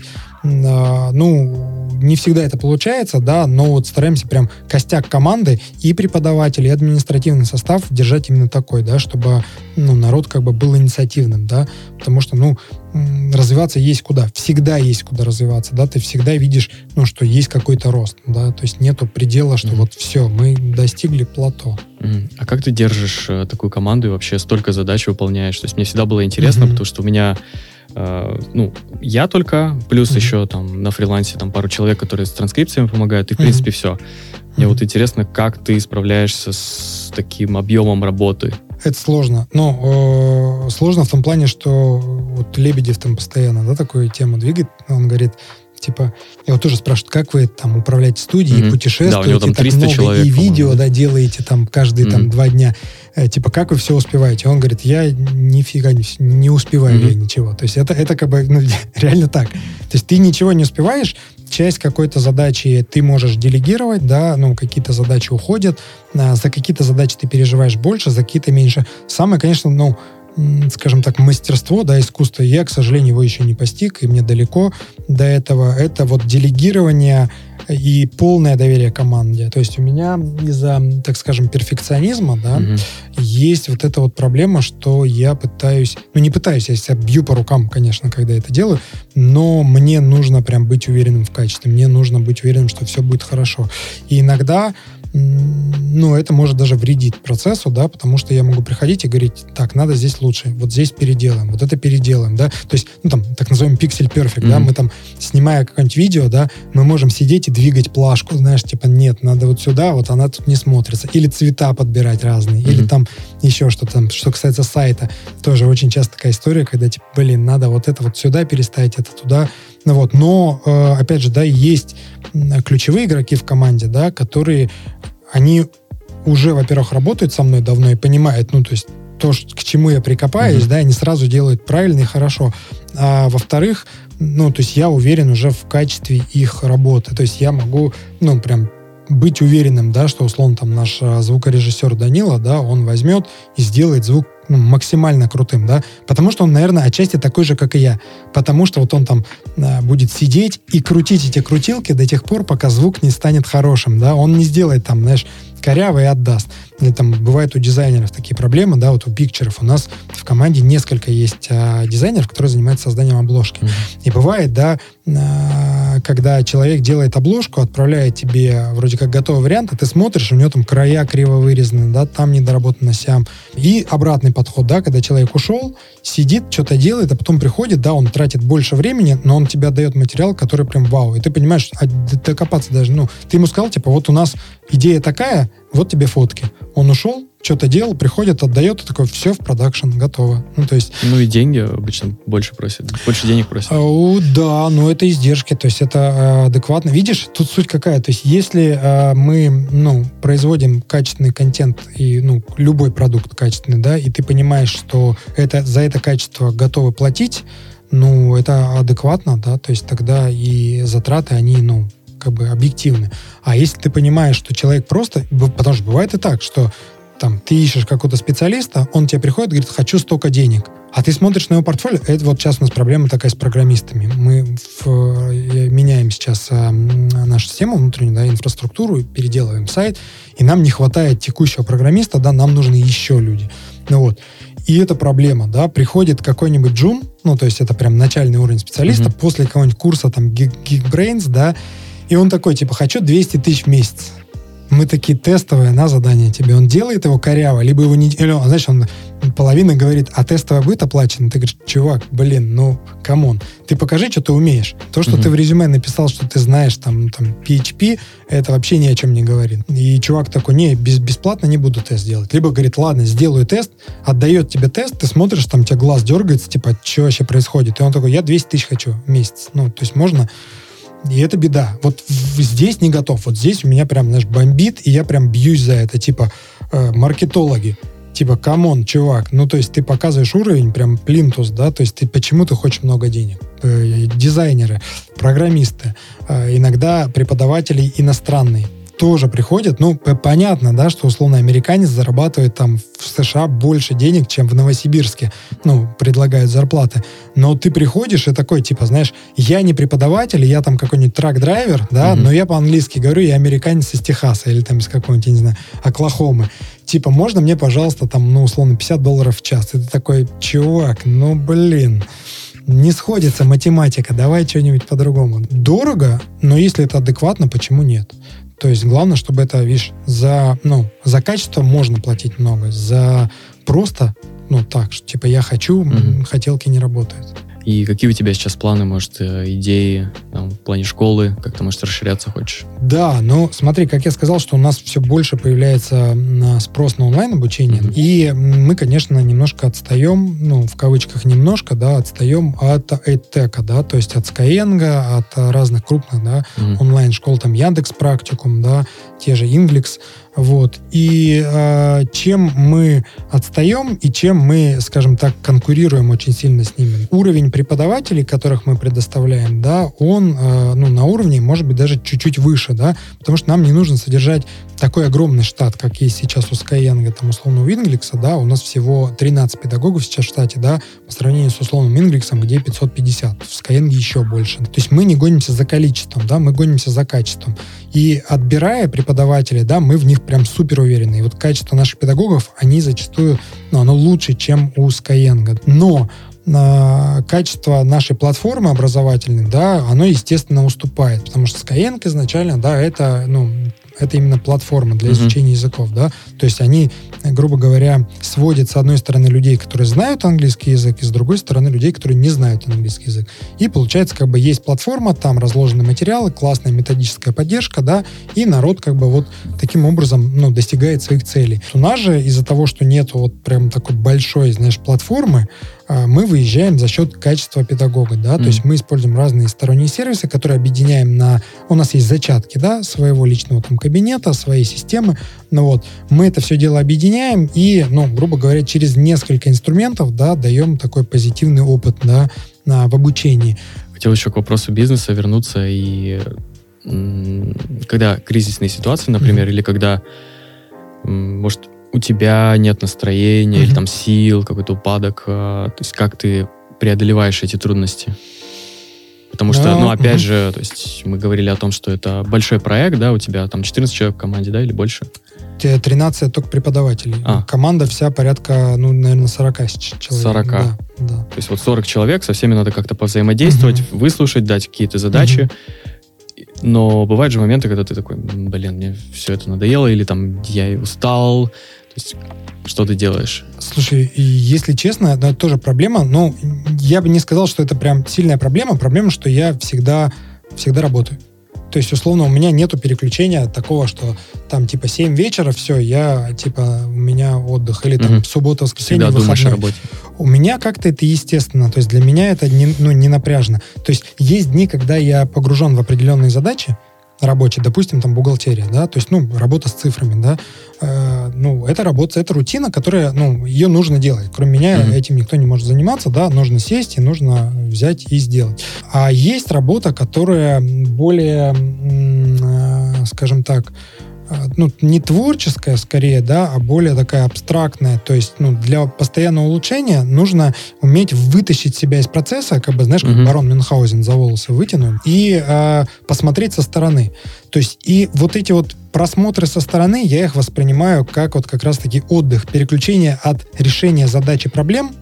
А, ну, не всегда это получается, да, но вот стараемся прям костяк команды и преподавателей, и административный состав держать именно такой, да, чтобы, ну, народ как бы был инициативным, да, потому что, ну, развиваться есть куда, всегда есть куда развиваться, да, ты всегда видишь, ну, что есть какой-то рост, да, то есть нету предела, что mm-hmm. вот все, мы достигли плато. Mm-hmm. А как ты держишь э, такую команду и вообще столько задач выполняешь? То есть мне всегда было интересно, mm-hmm. потому что у меня Uh, ну, я только, плюс mm-hmm. еще там на фрилансе там пару человек, которые с транскрипциями помогают, и в mm-hmm. принципе все. Мне mm-hmm. вот интересно, как ты справляешься с таким объемом работы? Это сложно. Ну, э, сложно в том плане, что вот Лебедев там постоянно, да, такую тему двигает. Он говорит, типа, его тоже спрашивают, как вы там управляете студией, mm-hmm. путешествуете, да, у него там так много, человек, и видео, да, делаете там каждые mm-hmm. там два дня. Э, типа, как вы все успеваете? Он говорит, я нифига не, не успеваю mm-hmm. я ничего. То есть это, это как бы ну, реально так. То есть ты ничего не успеваешь, часть какой-то задачи ты можешь делегировать, да, ну, какие-то задачи уходят, а, за какие-то задачи ты переживаешь больше, за какие-то меньше. Самое, конечно, ну, скажем так, мастерство, да, искусство, я, к сожалению, его еще не постиг, и мне далеко до этого. Это вот делегирование и полное доверие команде. То есть у меня из-за, так скажем, перфекционизма, да, mm-hmm. есть вот эта вот проблема, что я пытаюсь, ну не пытаюсь, я себя бью по рукам, конечно, когда это делаю, но мне нужно прям быть уверенным в качестве, мне нужно быть уверенным, что все будет хорошо. И иногда ну, это может даже вредить процессу, да, потому что я могу приходить и говорить, так, надо здесь лучше, вот здесь переделаем, вот это переделаем, да, то есть, ну, там, так называемый pixel perfect, mm-hmm. да, мы там, снимая какое-нибудь видео, да, мы можем сидеть и двигать плашку, знаешь, типа, нет, надо вот сюда, вот она тут не смотрится, или цвета подбирать разные, mm-hmm. или там еще что-то, там, что касается сайта, тоже очень часто такая история, когда, типа, блин, надо вот это вот сюда переставить, это туда, ну, вот, но, э, опять же, да, есть ключевые игроки в команде, да, которые, они уже, во-первых, работают со мной давно и понимают, ну, то есть то, к чему я прикопаюсь, mm-hmm. да, они сразу делают правильно и хорошо. А во-вторых, ну, то есть я уверен уже в качестве их работы. То есть я могу, ну, прям быть уверенным, да, что, условно, там наш звукорежиссер Данила, да, он возьмет и сделает звук, ну, максимально крутым, да, потому что он, наверное, отчасти такой же, как и я, потому что вот он там а, будет сидеть и крутить эти крутилки до тех пор, пока звук не станет хорошим, да, он не сделает там, знаешь, коряво и отдаст. И там бывают у дизайнеров такие проблемы, да, вот у пикчеров у нас в команде несколько есть а, дизайнеров, которые занимаются созданием обложки. Mm-hmm. И бывает, да, а, когда человек делает обложку, отправляет тебе вроде как готовый вариант, а ты смотришь, у него там края криво вырезаны, да, там недоработано сям. И обратный подход, да, когда человек ушел, сидит, что-то делает, а потом приходит, да, он тратит больше времени, но он тебе отдает материал, который прям вау. И ты понимаешь, а докопаться даже, ну, ты ему сказал, типа, вот у нас идея такая, вот тебе фотки. Он ушел, что-то делал, приходит, отдает, и такой, все, в продакшн, готово. Ну, то есть... Ну, и деньги обычно больше просят, больше денег просят. О, да, но это издержки, то есть это э, адекватно. Видишь, тут суть какая, то есть если э, мы, ну, производим качественный контент и, ну, любой продукт качественный, да, и ты понимаешь, что это, за это качество готовы платить, ну, это адекватно, да, то есть тогда и затраты, они, ну, как бы объективны. А если ты понимаешь, что человек просто... Потому что бывает и так, что там ты ищешь какого-то специалиста, он тебе приходит и говорит, хочу столько денег. А ты смотришь на его портфолио, это вот сейчас у нас проблема такая с программистами. Мы в, меняем сейчас а, нашу систему внутреннюю, да, инфраструктуру, переделываем сайт, и нам не хватает текущего программиста, да, нам нужны еще люди. Ну вот. И это проблема, да, приходит какой-нибудь джун, ну, то есть это прям начальный уровень специалиста, mm-hmm. после какого-нибудь курса, там, Geekbrains, да, и он такой, типа, хочу двести тысяч в месяц. Мы такие, тестовые на задание тебе. Он делает его коряво, либо его не... Или, знаешь, он половина говорит, а тестовое будет оплачено? Ты говоришь, чувак, блин, ну, камон. Ты покажи, что ты умеешь. То, что mm-hmm. ты в резюме написал, что ты знаешь, там, там, пи эйч пи, это вообще ни о чем не говорит. И чувак такой, не, без, бесплатно не буду тест делать. Либо говорит, ладно, сделаю тест, отдает тебе тест, ты смотришь, там, у тебя глаз дергается, типа, что вообще происходит? И он такой, я двести тысяч хочу в месяц. Ну, то есть можно... И это беда. Вот здесь не готов. Вот здесь у меня прям, знаешь, бомбит, и я прям бьюсь за это. Типа, э, маркетологи. Типа, камон, чувак. Ну, то есть ты показываешь уровень, прям плинтус, да, то есть ты почему ты хочешь много денег. Э, дизайнеры, программисты, э, иногда преподаватели иностранные тоже приходят. Ну, понятно, да, что условно американец зарабатывает там в США больше денег, чем в Новосибирске. Ну, предлагают зарплаты. Но ты приходишь и такой, типа, знаешь, я не преподаватель, я там какой-нибудь трак-драйвер, да, mm-hmm. но я по-английски говорю, я американец из Техаса или там из какой-нибудь, я не знаю, Оклахомы. Типа, можно мне, пожалуйста, там, ну, условно, пятьдесят долларов в час? И ты такой, чувак, ну, блин... Не сходится математика, давай что-нибудь по-другому. Дорого, но если это адекватно, почему нет? То есть главное, чтобы это, видишь, за, ну, за качество можно платить много, за просто, ну так, что типа я хочу, mm-hmm. хотелки не работают. И какие у тебя сейчас планы, может, идеи там, в плане школы? Как ты, может, расширяться хочешь? Да, ну смотри, как я сказал, что у нас все больше появляется спрос на онлайн-обучение. Mm-hmm. И мы, конечно, немножко отстаем, ну, в кавычках немножко, да, отстаем от EdTech, да, то есть от Skyeng, от разных крупных, да, mm-hmm. онлайн-школ, там, Яндекс.Практикум, да, те же Inglix. Вот. И э, чем мы отстаем и чем мы, скажем так, конкурируем очень сильно с ними. Уровень преподавателей, которых мы предоставляем, да, он э, ну, на уровне, может быть, даже чуть-чуть выше, да, потому что нам не нужно содержать такой огромный штат, как есть сейчас у Skyeng, там, условно, у Inglix, да, у нас всего тринадцать педагогов сейчас в штате, да, по сравнению с условным Inglix, где пятьсот пятьдесят, в Skyeng еще больше. То есть мы не гонимся за количеством, да, мы гонимся за качеством. И отбирая преподавателей, да, мы в них прям супер уверены. И вот качество наших педагогов, они зачастую, ну, оно лучше, чем у Skyeng. Но э, качество нашей платформы образовательной, да, оно, естественно, уступает. Потому что Skyeng изначально, да, это, ну, это именно платформа для Мгм. изучения языков, да, то есть они, грубо говоря, сводят с одной стороны людей, которые знают английский язык, и с другой стороны людей, которые не знают английский язык. И получается, как бы есть платформа, там разложены материалы, классная методическая поддержка, да, и народ как бы вот таким образом, ну, достигает своих целей. У нас же из-за того, что нет вот прям такой большой, знаешь, платформы, мы выезжаем за счет качества педагога, да, mm-hmm. то есть мы используем разные сторонние сервисы, которые объединяем на... У нас есть зачатки, да, своего личного там кабинета, своей системы, ну вот, мы это все дело объединяем и, ну, грубо говоря, через несколько инструментов, да, даем такой позитивный опыт, да, на, в обучении. Хотел еще к вопросу бизнеса вернуться, и м- когда кризисные ситуации, например, mm-hmm. или когда, м- может, у тебя нет настроения, mm-hmm. или там сил, какой-то упадок, а, то есть как ты преодолеваешь эти трудности? Потому что, yeah. ну, опять mm-hmm. же, то есть мы говорили о том, что это большой проект, да, у тебя там четырнадцать человек в команде, да, или больше? тринадцать только преподавателей. А. Команда вся порядка, ну, наверное, сорок человек. сорок. Да, да. То есть вот сорок человек, со всеми надо как-то повзаимодействовать, mm-hmm. выслушать, дать какие-то задачи. Mm-hmm. Но бывают же моменты, когда ты такой, блин, мне все это надоело, или там я устал. То есть что ты делаешь? Слушай, если честно, это тоже проблема. Но я бы не сказал, что это прям сильная проблема. Проблема, что я всегда, всегда работаю. То есть, условно, у меня нету переключения такого, что там, типа, семь вечера, все, я, типа, у меня отдых. Или там угу. суббота, воскресенье, всегда выходной. Думаешь о работе. У меня как-то это естественно. То есть, для меня это не, ну, не напряжно. То есть, есть дни, когда я погружен в определенные задачи рабочие, допустим, там, бухгалтерия, да, то есть, ну, работа с цифрами, да, э, ну, это работа, это рутина, которая, ну, ее нужно делать. Кроме меня mm-hmm. этим никто не может заниматься, да, нужно сесть и нужно взять и сделать. А есть работа, которая более, э, скажем так, ну, не творческая, скорее, да, а более такая абстрактная. То есть, ну, для постоянного улучшения нужно уметь вытащить себя из процесса, как бы, знаешь, как mm-hmm. барон Мюнхгаузен за волосы вытянуть, и э, посмотреть со стороны. То есть, и вот эти вот просмотры со стороны, я их воспринимаю как вот как раз-таки отдых, переключение от решения задач и проблем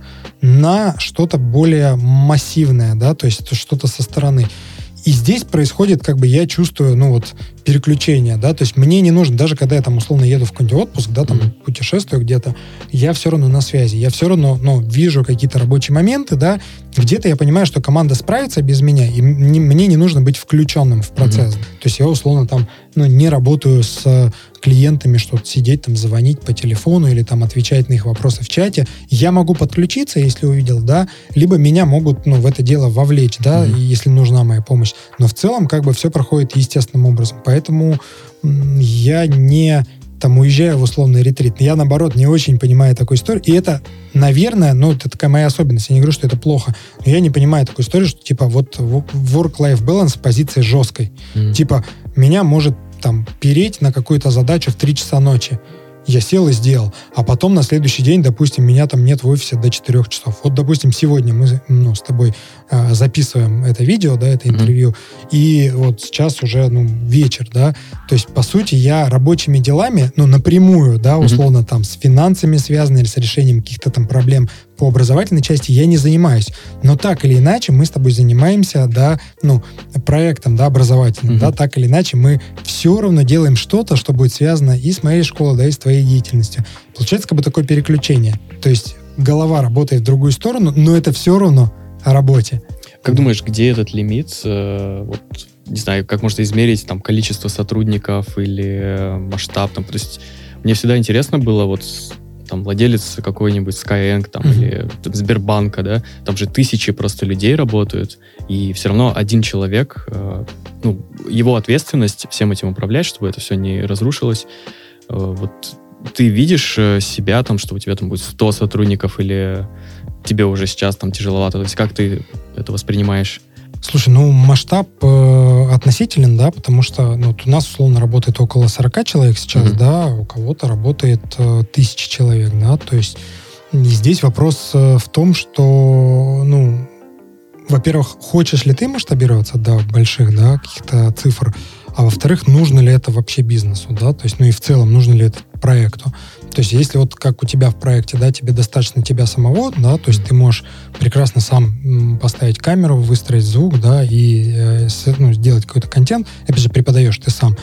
на что-то более массивное, да, то есть что-то со стороны. И здесь происходит, как бы, я чувствую, ну, вот, переключение, да, то есть мне не нужно, даже когда я там условно еду в какой-нибудь отпуск, да, там, mm-hmm. путешествую где-то, я все равно на связи, я все равно, ну, вижу какие-то рабочие моменты, да, где-то я понимаю, что команда справится без меня, и мне, мне не нужно быть включенным в процесс. Mm-hmm. То есть я условно там, ну, не работаю с клиентами, что-то сидеть, там, звонить по телефону или там отвечать на их вопросы в чате. Я могу подключиться, если увидел, да, либо меня могут, ну, в это дело вовлечь, да, mm-hmm. если нужна моя помощь. Но в целом, как бы, все проходит естественным образом. Поэтому м- я не там уезжаю в условный ретрит. Я, наоборот, не очень понимаю такую историю. И это, наверное, ну, это такая моя особенность. Я не говорю, что это плохо. Но я не понимаю такую историю, что, типа, вот work-life balance в позиции жесткой. Mm-hmm. Типа, меня может там переть на какую-то задачу в три часа ночи. Я сел и сделал. А потом на следующий день, допустим, меня там нет в офисе до четырех часов. Вот, допустим, сегодня мы, ну, с тобой э, записываем это видео, да, это интервью, mm-hmm. и вот сейчас уже, ну, вечер, да. То есть, по сути, я рабочими делами, ну, напрямую, да, условно, mm-hmm. там, с финансами связаны или с решением каких-то там проблем по образовательной части я не занимаюсь. Но так или иначе мы с тобой занимаемся, да, ну, проектом, да, образовательным, mm-hmm. да, так или иначе мы все равно делаем что-то, что будет связано и с моей школой, да, и с твоей деятельностью. Получается как бы такое переключение. То есть голова работает в другую сторону, но это все равно о работе. Как думаешь, где этот лимит? Э, вот, не знаю, как можно измерить там количество сотрудников или масштаб? Там, то есть мне всегда интересно было вот там владелец какой-нибудь Skyeng там, mm-hmm. или там, Сбербанка, да, там же тысячи просто людей работают, и все равно один человек, э, ну, его ответственность всем этим управлять, чтобы это все не разрушилось. Э, вот ты видишь себя там, что у тебя там будет сто сотрудников, или тебе уже сейчас там тяжеловато? То есть как ты это воспринимаешь? Слушай, ну, масштаб э, относителен, да, потому что ну, вот у нас, условно, работает около сорок человек сейчас, mm-hmm. да, у кого-то работает э, тысяча человек, да, то есть и здесь вопрос э, в том, что, ну, во-первых, хочешь ли ты масштабироваться до больших, да, каких-то цифр, а во-вторых, нужно ли это вообще бизнесу, да, то есть, ну и в целом, нужно ли это проекту. То есть, если вот как у тебя в проекте, да, тебе достаточно тебя самого, да, то есть ты можешь прекрасно сам поставить камеру, выстроить звук, да, и э, ну, сделать какой-то контент, опять же, преподаешь ты сам, то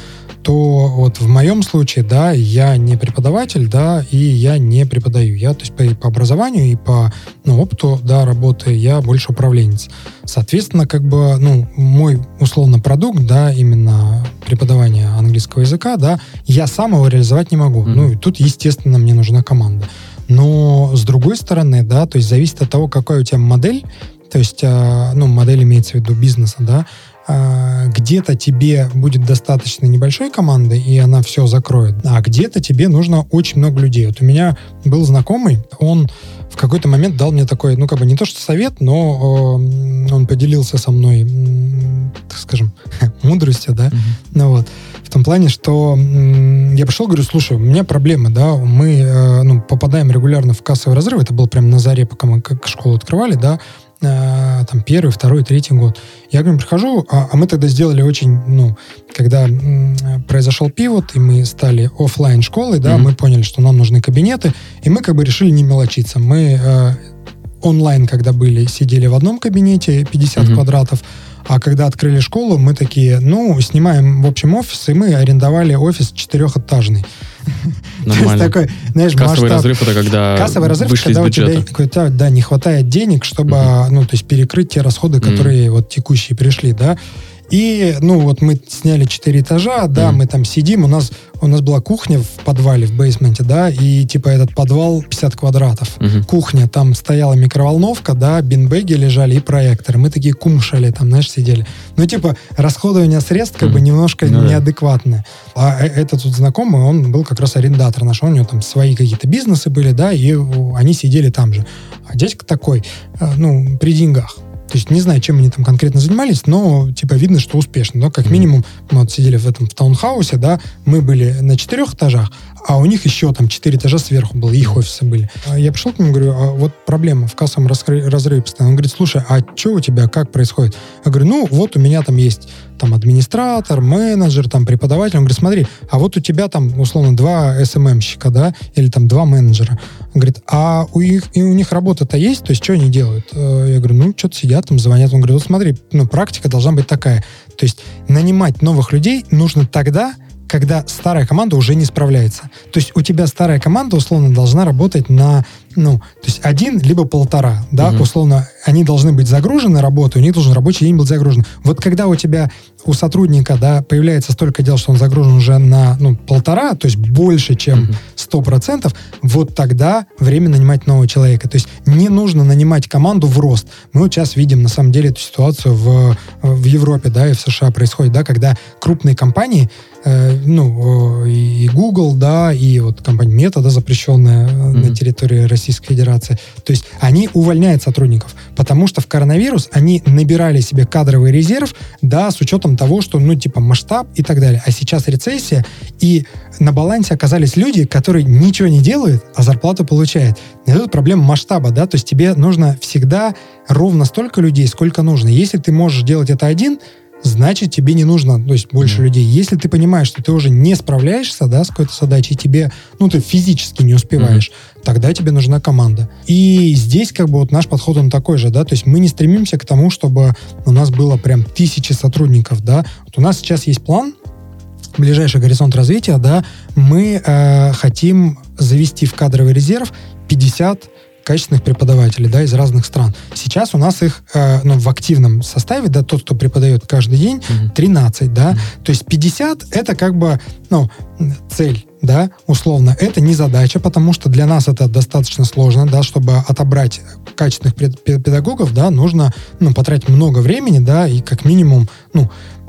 что вот в моем случае, да, я не преподаватель, да, и я не преподаю. Я, то есть, по, по образованию и по ну, опыту, да, работы я больше управленец. Соответственно, как бы, ну, мой, условно, продукт, да, именно преподавание английского языка, да, я сам его реализовать не могу. Mm-hmm. Ну, и тут, естественно, мне нужна команда. Но, с другой стороны, да, то есть, зависит от того, какая у тебя модель, то есть, ну, модель имеется в виду бизнеса, да, где-то тебе будет достаточно небольшой команды, и она все закроет, а где-то тебе нужно очень много людей. Вот у меня был знакомый, он в какой-то момент дал мне такой, ну, как бы не то что совет, но э, он поделился со мной, м, так скажем, мудростью, да, mm-hmm. ну вот, в том плане, что м, я пришел, говорю, слушай, у меня проблемы, да, мы э, ну, попадаем регулярно в кассовый разрыв, это было прямо на заре, пока мы как школу открывали, да, там первый, второй, третий год. Я, говорю, прихожу, а, а мы тогда сделали очень, ну, когда м, произошел пивот, и мы стали офлайн школой, да, mm-hmm. мы поняли, что нам нужны кабинеты, и мы как бы решили не мелочиться. Мы э, онлайн, когда были, сидели в одном кабинете, пятьдесят mm-hmm. квадратов, а когда открыли школу, мы такие, ну, снимаем, в общем, офис, и мы арендовали офис четырехэтажный. Нормально. Такой, знаешь, кассовый масштаб... разрыв — это когда Кассовый разрыв, вышли когда из у тебя бюджета. какой-то, да, не хватает денег, чтобы, mm-hmm. ну, то есть перекрыть те расходы, которые mm-hmm. вот текущие пришли, да. И, ну, вот мы сняли четыре этажа, да, mm-hmm. мы там сидим, у нас, у нас была кухня в подвале, в бейсменте, да, и, типа, этот подвал пятьдесят квадратов. Mm-hmm. Кухня, там стояла микроволновка, да, бинбеги лежали и проекторы. Мы такие кумшали там, знаешь, сидели. Ну, типа, расходование средств как mm-hmm. бы немножко mm-hmm. неадекватное. А этот вот знакомый, он был как раз арендатор наш, у него там свои какие-то бизнесы были, да, и они сидели там же. А дядька такой, ну, при деньгах. То есть не знаю, чем они там конкретно занимались, но типа видно, что успешно. Но как минимум мы вот сидели в этом в таунхаусе, да, мы были на четырех этажах, а у них еще там четыре этажа сверху было, их офисы были. Я пришел к нему, говорю, а вот проблема в кассовом разрыве постоянно. Он говорит, слушай, а что у тебя, как происходит? Я говорю, ну вот у меня там есть там администратор, менеджер, там преподаватель. Он говорит, смотри, а вот у тебя там условно два эс эм эм-щика, да, или там два менеджера. Он говорит, а у них, и у них работа-то есть, то есть что они делают? Я говорю, ну что-то сидят, там звонят. Он говорит, вот смотри, ну практика должна быть такая. То есть нанимать новых людей нужно тогда, когда старая команда уже не справляется. То есть у тебя старая команда, условно, должна работать на, ну, то есть один либо полтора, да, угу. условно, они должны быть загружены работой, у них должен рабочий день быть загружен. Вот когда у тебя, у сотрудника, да, появляется столько дел, что он загружен уже на, ну, полтора, то есть больше, чем сто процентов, вот тогда время нанимать нового человека. То есть не нужно нанимать команду в рост. Мы вот сейчас видим, на самом деле, эту ситуацию в, в Европе, да, и в США происходит, да, когда крупные компании, ну, и Google, да, и вот компания Meta, да, запрещенная mm-hmm. на территории Российской Федерации. То есть они увольняют сотрудников, потому что в коронавирус они набирали себе кадровый резерв, да, с учетом того, что, ну, типа, масштаб и так далее. А сейчас рецессия, и на балансе оказались люди, которые ничего не делают, а зарплату получают. И тут проблема масштаба, да, то есть тебе нужно всегда ровно столько людей, сколько нужно. Если ты можешь делать это один, значит, тебе не нужно, то есть, больше mm. людей. Если ты понимаешь, что ты уже не справляешься, да, с какой-то задачей, тебе, ну, ты физически не успеваешь, mm. тогда тебе нужна команда. И здесь, как бы, вот наш подход, он такой же, да, то есть мы не стремимся к тому, чтобы у нас было прям тысячи сотрудников, да. Вот у нас сейчас есть план, ближайший горизонт развития, да, мы э, хотим завести в кадровый резерв пятьдесят качественных преподавателей, да, из разных стран. Сейчас у нас их, э, ну, в активном составе, да, тот, кто преподает каждый день, mm-hmm. тринадцать, да, mm-hmm. то есть пятьдесят — это как бы, ну, цель, да, условно. Это не задача, потому что для нас это достаточно сложно, да, чтобы отобрать качественных педагогов, да, нужно, ну, потратить много времени, да, и как минимум, ну,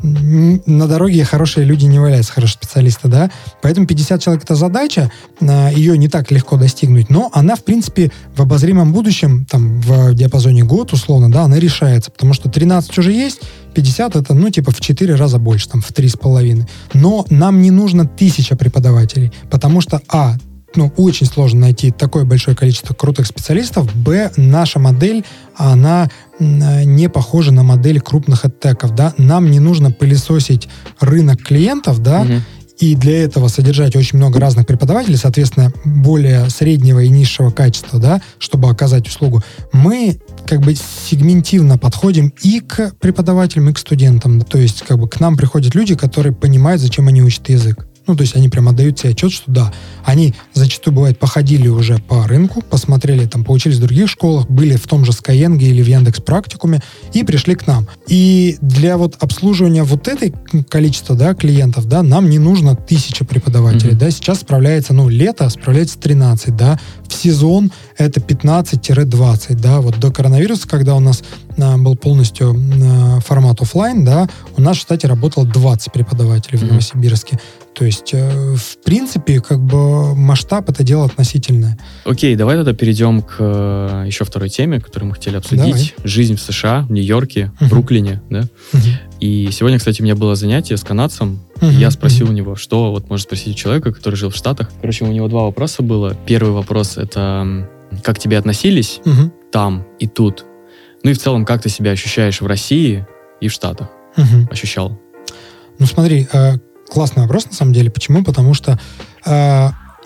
на дороге хорошие люди не валяются, хорошие специалисты, да, поэтому пятьдесят человек — это задача, ее не так легко достигнуть, но она, в принципе, в обозримом будущем, там, в диапазоне год, условно, да, она решается, потому что тринадцать уже есть, пятьдесят — это, ну, типа, в четыре раза больше, там, в три с половиной. Но нам не нужно тысяча преподавателей, потому что, а, ну, очень сложно найти такое большое количество крутых специалистов, б, наша модель, она не похожа на модель крупных эдтеков, да, нам не нужно пылесосить рынок клиентов, да, угу. и для этого содержать очень много разных преподавателей, соответственно, более среднего и низшего качества, да, чтобы оказать услугу, мы как бы сегментивно подходим и к преподавателям, и к студентам. То есть как бы к нам приходят люди, которые понимают, зачем они учат язык. Ну, то есть они прям отдают себе отчет, что да, они зачастую, бывает, походили уже по рынку, посмотрели, там, поучились в других школах, были в том же Skyeng или в Яндекс.Практикуме и пришли к нам. И для вот обслуживания вот этой количества, да, клиентов, да, нам не нужно тысяча преподавателей, mm-hmm. да, сейчас справляется, ну, лето справляется тринадцать, да, в сезон это пятнадцать-двадцать, да, вот до коронавируса, когда у нас а, был полностью а, формат офлайн, да, у нас в штате работало двадцать преподавателей mm-hmm. в Новосибирске. То есть, э, в принципе, как бы масштаб — это дело относительное. Окей, давай тогда перейдем к э, еще второй теме, которую мы хотели обсудить. Давай. Жизнь в США, в Нью-Йорке, uh-huh. в Бруклине, да? Uh-huh. И сегодня, кстати, у меня было занятие с канадцем, uh-huh. и я спросил uh-huh. у него, что вот можно спросить у человека, который жил в Штатах. Короче, у него два вопроса было. Первый вопрос — это как к тебе относились uh-huh. там и тут? Ну и в целом, как ты себя ощущаешь в России и в Штатах? Uh-huh. Ощущал? Ну смотри, э, классный вопрос, на самом деле. Почему? Потому что э,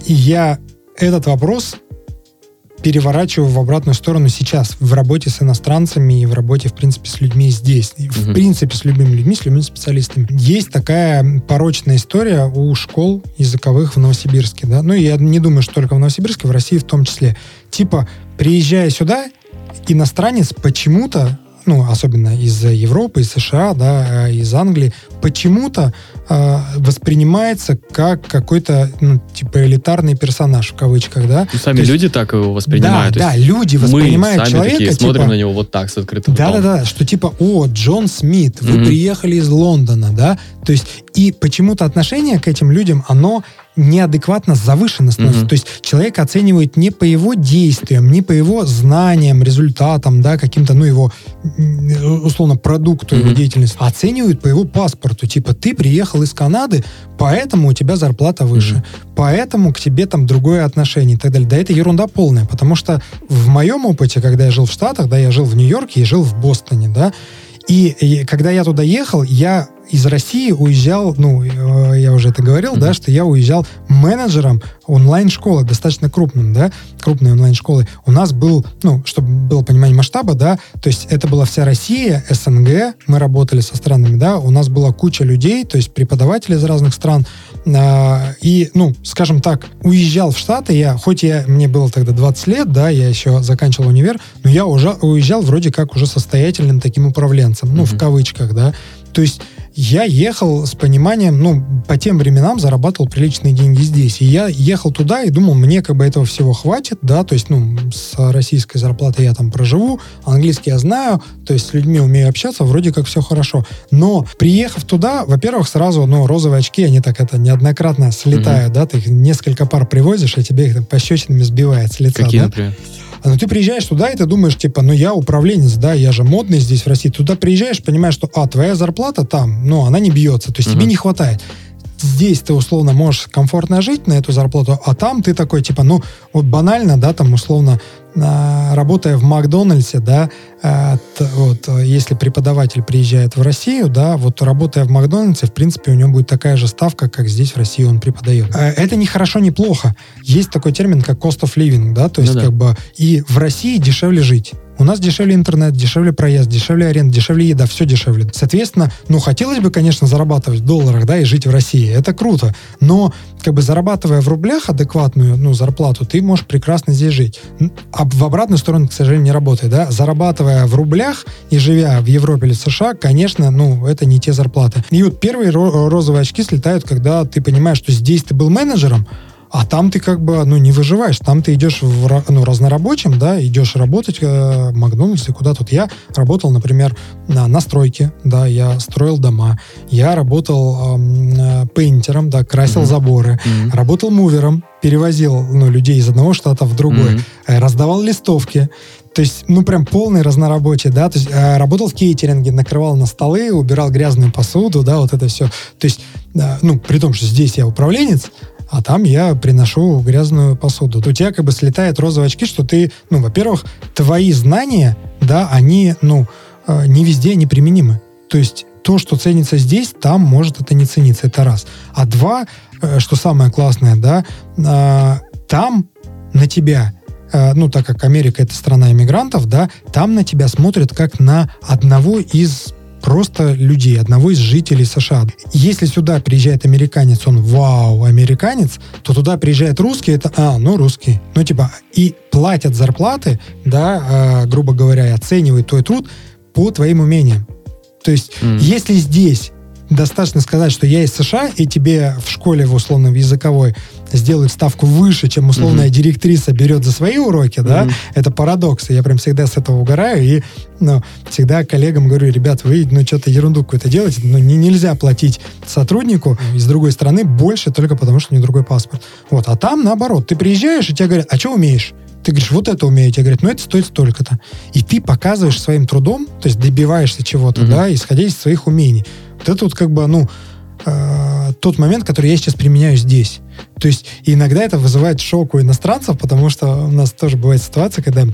я этот вопрос переворачиваю в обратную сторону сейчас, в работе с иностранцами и в работе, в принципе, с людьми здесь. И, в mm-hmm. принципе, с любыми людьми, с любыми специалистами. Есть такая порочная история у школ языковых в Новосибирске. Да? Ну, я не думаю, что только в Новосибирске, в России в том числе. Типа, приезжая сюда, иностранец почему-то, ну, особенно из Европы, из США, да, из Англии, почему-то э, воспринимается как какой-то, ну, типа, элитарный персонаж, в кавычках, да. И сами То люди есть, так его воспринимают. Да, да, люди воспринимают мы человека, такие, типа, смотрим на него вот так, с открытым ртом. Да-да-да, что типа, о, Джон Смит, вы Mm-hmm. приехали из Лондона, да. То есть, и почему-то отношение к этим людям, оно неадекватно завышенно становится. Mm-hmm. То есть человек оценивает не по его действиям, не по его знаниям, результатам, да, каким-то, ну, его, условно, продукту mm-hmm. его деятельности, а оценивают по его паспорту. Типа, ты приехал из Канады, поэтому у тебя зарплата выше, mm-hmm. поэтому к тебе там другое отношение и так далее. Да, это ерунда полная, потому что в моем опыте, когда я жил в Штатах, да, я жил в Нью-Йорке и жил в Бостоне, да, и, и когда я туда ехал, я из России уезжал, ну, я уже это говорил, mm-hmm. да, что я уезжал менеджером онлайн-школы, достаточно крупным, да, крупной онлайн-школы. У нас был, ну, чтобы было понимание масштаба, да, то есть это была вся Россия, СНГ, мы работали со странами, да, у нас была куча людей, то есть преподаватели из разных стран, э, и, ну, скажем так, уезжал в Штаты я, хоть я, мне было тогда двадцать лет, да, я еще заканчивал универ, но я уже уезжал вроде как уже состоятельным таким управленцем, ну, mm-hmm. в кавычках, да, то есть я ехал с пониманием, ну, по тем временам зарабатывал приличные деньги здесь. И я ехал туда и думал, мне как бы этого всего хватит, да, то есть, ну, с российской зарплатой я там проживу, английский я знаю, то есть с людьми умею общаться, вроде как все хорошо. Но приехав туда, во-первых, сразу, ну, розовые очки, они так это неоднократно слетают, mm-hmm. да, ты их несколько пар привозишь, и тебе их там пощечинами сбивает с лица. Какие, да? например? Но ты приезжаешь туда, и ты думаешь, типа, ну, я управленец, да, я же модный здесь, в России. Туда приезжаешь, понимаешь, что, а, твоя зарплата там, ну, она не бьется, то есть uh-huh. тебе не хватает. Здесь ты, условно, можешь комфортно жить на эту зарплату, а там ты такой, типа, ну, вот банально, да, там, условно, работая в Макдональдсе, да, вот, если преподаватель приезжает в Россию, да, вот работая в Макдональдсе, в принципе, у него будет такая же ставка, как здесь в России он преподает. Это не хорошо, не плохо. Есть такой термин, как cost of living, да, то есть, ну, да. как бы, и в России дешевле жить. У нас дешевле интернет, дешевле проезд, дешевле аренда, дешевле еда, все дешевле. Соответственно, ну, хотелось бы, конечно, зарабатывать в долларах, да, и жить в России. Это круто. Но, как бы, зарабатывая в рублях адекватную, ну, зарплату, ты можешь прекрасно здесь жить. А в обратную сторону, к сожалению, не работает, да. Зарабатывая в рублях и живя в Европе или в США, конечно, ну, это не те зарплаты. И вот первые розовые очки слетают, когда ты понимаешь, что здесь ты был менеджером, а там ты как бы, ну, не выживаешь. Там ты идешь в, ну, разнорабочим, да, идешь работать э, в Макдональдсе, куда тут. Я работал, например, на, на стройке, да, я строил дома. Я работал э, пейнтером, да, красил mm-hmm. заборы. Mm-hmm. Работал мувером, перевозил, ну, людей из одного штата в другой. Mm-hmm. Э, раздавал листовки. То есть, ну, прям полный разнорабочий, да, то есть э, работал в кейтеринге, накрывал на столы, убирал грязную посуду, да, вот это все. То есть, э, ну, при том, что здесь я управленец, а там я приношу грязную посуду. У тебя как бы слетают розовые очки, что ты, ну, во-первых, твои знания, да, они, ну, не везде они применимы. То есть то, что ценится здесь, там может это не цениться, это раз. А два, что самое классное, да, там на тебя, ну, так как Америка — это страна иммигрантов, да, там на тебя смотрят как на одного из просто людей, одного из жителей США. Если сюда приезжает американец, он вау, американец, то туда приезжает русский, это, а, ну, русский. Ну, типа, и платят зарплаты, да, э, грубо говоря, и оценивают твой труд по твоим умениям. То есть, mm. если здесь достаточно сказать, что я из США, и тебе в школе, в условном языковой, сделают ставку выше, чем условная mm-hmm. директриса берет за свои уроки, mm-hmm. да, это парадокс. Я прям всегда с этого угораю, и ну, всегда коллегам говорю: ребят, вы ну, что-то ерунду какую-то делаете, ну, не, нельзя платить сотруднику из другой страны больше только потому, что у него другой паспорт. Вот. А там, наоборот, ты приезжаешь, и тебе говорят: а что умеешь? Ты говоришь: вот это умею. Тебе говорят: ну, это стоит столько-то. И ты показываешь своим трудом, то есть добиваешься чего-то, mm-hmm. да, исходя из своих умений. Вот это вот как бы, ну, э, тот момент, который я сейчас применяю здесь. То есть иногда это вызывает шок у иностранцев, потому что у нас тоже бывает ситуация, когда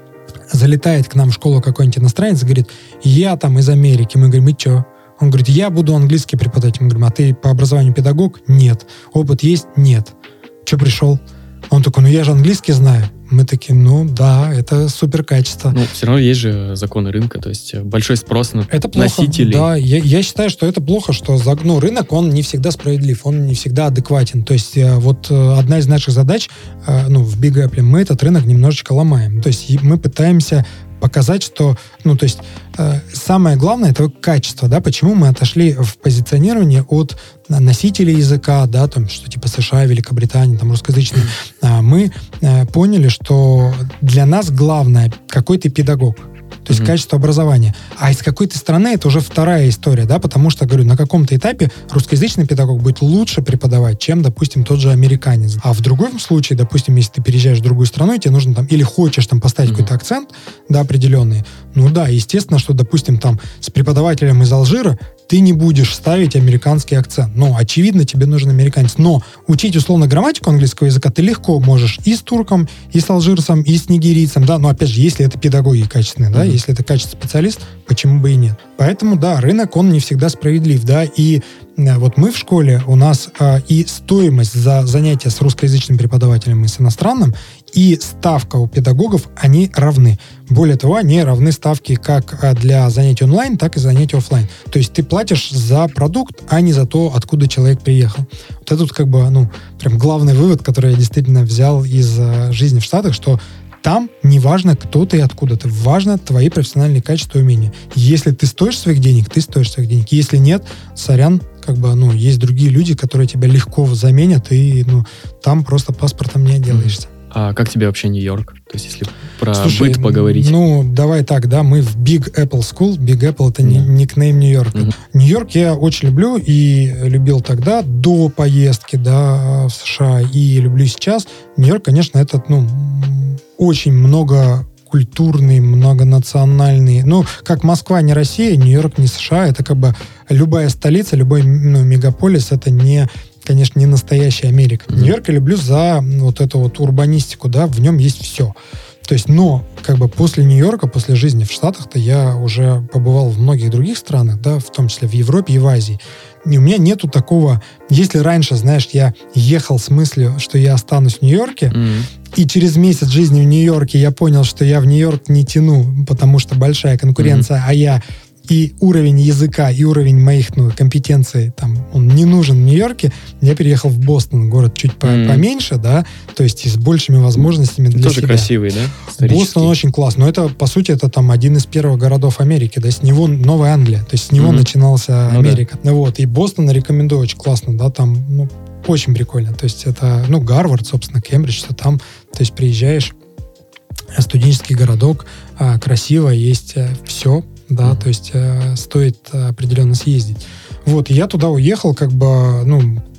залетает к нам в школу какой-нибудь иностранец и говорит: я там из Америки. Мы говорим: и что? Он говорит: я буду английский преподавать. Мы говорим: а ты по образованию педагог? Нет. Опыт есть? Нет. Че пришел? Он такой: ну я же английский знаю. Мы такие: ну да, это супер качество. Ну, все равно есть же законы рынка, то есть большой спрос на это плохо. Носителей. Да, я, я считаю, что это плохо, что ну, рынок, он не всегда справедлив, он не всегда адекватен. То есть вот одна из наших задач, ну, в Big Apple, мы этот рынок немножечко ломаем. То есть мы пытаемся показать, что, ну, то есть э, самое главное — это качество, да, почему мы отошли в позиционировании от носителей языка, да, там, что типа США, Великобритания, там, русскоязычные. Mm-hmm. Мы э, поняли, что для нас главное, какой ты педагог. То есть mm-hmm. качество образования. А из какой ты страны — это уже вторая история, да, потому что, говорю, на каком-то этапе русскоязычный педагог будет лучше преподавать, чем, допустим, тот же американец. А в другом случае, допустим, если ты переезжаешь в другую страну, и тебе нужно там, или хочешь там поставить mm-hmm. какой-то акцент, да, определенный, ну да, естественно, что, допустим, там с преподавателем из Алжира ты не будешь ставить американский акцент. Ну, очевидно, тебе нужен американец. Но учить, условно, грамматику английского языка ты легко можешь и с турком, и с алжирцем, и с нигерийцем, да, но, опять же, если это педагоги качественные, да, mm-hmm. если это качественный специалист, почему бы и нет. Поэтому, да, рынок, он не всегда справедлив, да, и вот мы в школе, у нас а, и стоимость за занятия с русскоязычным преподавателем и с иностранным, и ставка у педагогов, они равны. Более того, они равны ставке как для занятий онлайн, так и занятий офлайн. То есть ты платишь за продукт, а не за то, откуда человек приехал. Вот это вот как бы, ну, прям главный вывод, который я действительно взял из а, жизни в Штатах, что там не важно, кто ты и откуда ты. Важно твои профессиональные качества и умения. Если ты стоишь своих денег, ты стоишь своих денег. Если нет, сорян, как бы, ну, есть другие люди, которые тебя легко заменят, и, ну, там просто паспортом не отделаешься. А как тебе вообще Нью-Йорк? То есть, если про Слушай, быт поговорить. Ну, давай так, да, мы в Big Apple School. Big Apple — это mm-hmm. никнейм Нью-Йорка. Mm-hmm. Нью-Йорк я очень люблю и любил тогда, до поездки, да, в США, и люблю сейчас. Нью-Йорк, конечно, это, ну, очень многокультурный, многонациональный. Ну, как Москва не Россия, Нью-Йорк не США. Это как бы любая столица, любой, ну, мегаполис — это не... конечно, не настоящая Америка. Mm-hmm. Нью-Йорк я люблю за вот эту вот урбанистику, да, в нем есть все. То есть, но, как бы после Нью-Йорка, после жизни в Штатах-то я уже побывал в многих других странах, да, в том числе в Европе и в Азии. И у меня нету такого... Если раньше, знаешь, я ехал с мыслью, что я останусь в Нью-Йорке, mm-hmm. и через месяц жизни в Нью-Йорке я понял, что я в Нью-Йорк не тяну, потому что большая конкуренция, mm-hmm. а я... и уровень языка, и уровень моих, ну, компетенций, там, он не нужен в Нью-Йорке, я переехал в Бостон, город чуть mm. поменьше, да, то есть и с большими возможностями для Тоже себя. Тоже красивый, да? Бостон очень классный, но это, по сути, это там один из первых городов Америки, да, с него Новая Англия, то есть с него mm-hmm. начиналась ну, Америка. Да. Вот, и Бостон рекомендую, очень классно, да, там, ну, очень прикольно, то есть это, ну, Гарвард, собственно, Кембридж, что там, то есть приезжаешь, студенческий городок, а, красиво, есть а, все, да, mm-hmm. то есть э, стоит определенно съездить. Вот, и я туда уехал, как бы, ну,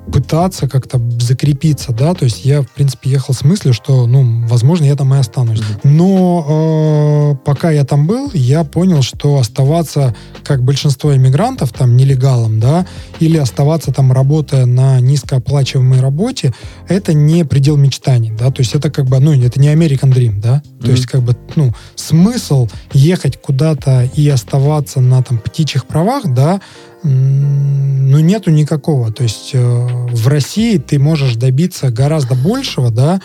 пытаться как-то закрепиться, да, то есть я, в принципе, ехал с мыслью, что, ну, возможно, я там и останусь. Mm-hmm. Но э, пока я там был, я понял, что оставаться, как большинство иммигрантов, там, нелегалом, да, или оставаться там, работая на низкооплачиваемой работе, это не предел мечтаний, да, то есть это как бы, ну, это не American Dream, да, mm-hmm. то есть как бы, ну, смысл ехать куда-то и оставаться на там птичьих правах, да, ну, нету никакого. То есть э, в России ты можешь добиться гораздо большего, да,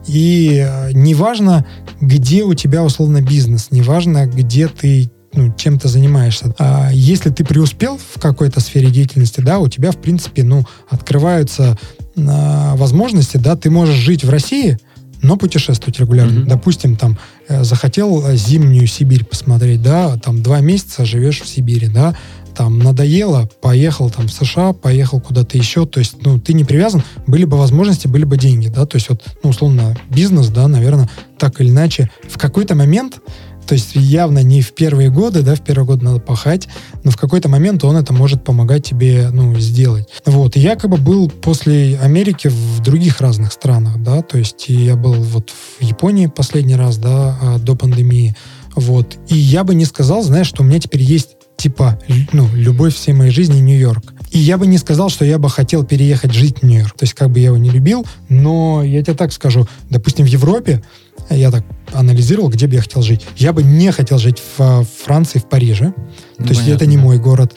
и э, неважно, где у тебя, условно, бизнес, неважно, где ты, ну, чем ты занимаешься. А если ты преуспел в какой-то сфере деятельности, да, у тебя, в принципе, ну, открываются э, возможности, да, ты можешь жить в России, но путешествовать регулярно. Mm-hmm. Допустим, там, э, захотел зимнюю Сибирь посмотреть, да, там, два месяца живешь в Сибири, да, там, надоело, поехал там в США, поехал куда-то еще, то есть, ну, ты не привязан, были бы возможности, были бы деньги, да, то есть, вот, ну, условно, бизнес, да, наверное, так или иначе, в какой-то момент, то есть, явно не в первые годы, да, в первый год надо пахать, но в какой-то момент он это может помогать тебе, ну, сделать. Вот, и я как бы был после Америки в других разных странах, да, то есть, и я был вот в Японии последний раз, да, до пандемии, вот, и я бы не сказал, знаешь, что у меня теперь есть типа, ну, любовь всей моей жизни Нью-Йорк. И я бы не сказал, что я бы хотел переехать жить в Нью-Йорк. То есть, как бы я его не любил, но я тебе так скажу, допустим, в Европе, я так анализировал, где бы я хотел жить. Я бы не хотел жить в Франции, в Париже. Ну, то есть, понятно, это не да. мой город.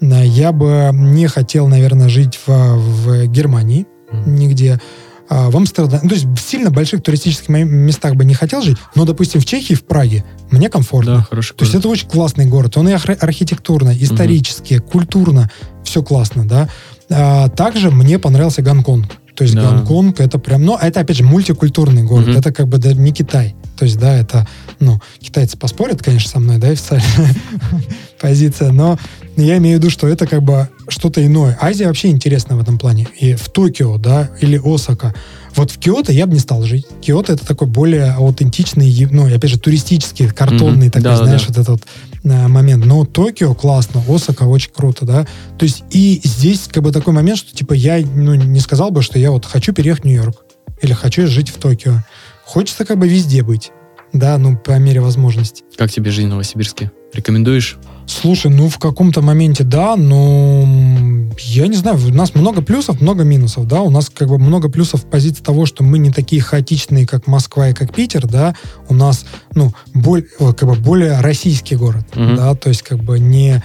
Я бы не хотел, наверное, жить в, в Германии, mm. нигде. В Амстердаме, ну, то есть в сильно больших туристических местах бы не хотел жить, но, допустим, в Чехии, в Праге мне комфортно. Да, хороший город. То есть это очень классный город. Он и архитектурно, исторически, угу. культурно, все классно, да. А, также мне понравился Гонконг. То есть да. Гонконг это прям, ну, это, опять же, мультикультурный город. Угу. Это как бы да, не Китай. То есть, да, это, ну, китайцы поспорят, конечно, со мной, да, официальная позиция, но я имею в виду, что это как бы что-то иное. Азия вообще интересна в этом плане. И в Токио, да, или Осака. Вот в Киото я бы не стал жить. Киото это такой более аутентичный, ну, опять же, туристический, картонный, mm-hmm. такой, да, знаешь, да. вот этот вот а, момент. Но Токио классно, Осака очень круто, да. То есть и здесь как бы такой момент, что типа я, ну, не сказал бы, что я вот хочу переехать в Нью-Йорк или хочу жить в Токио. Хочется как бы везде быть, да, ну, по мере возможности. Как тебе жизнь в Новосибирске? Рекомендуешь? Слушай, ну, в каком-то моменте да, но я не знаю, у нас много плюсов, много минусов, да, у нас как бы много плюсов в позиции того, что мы не такие хаотичные, как Москва и как Питер, да, у нас, ну, более, как бы более российский город, mm-hmm. да, то есть как бы не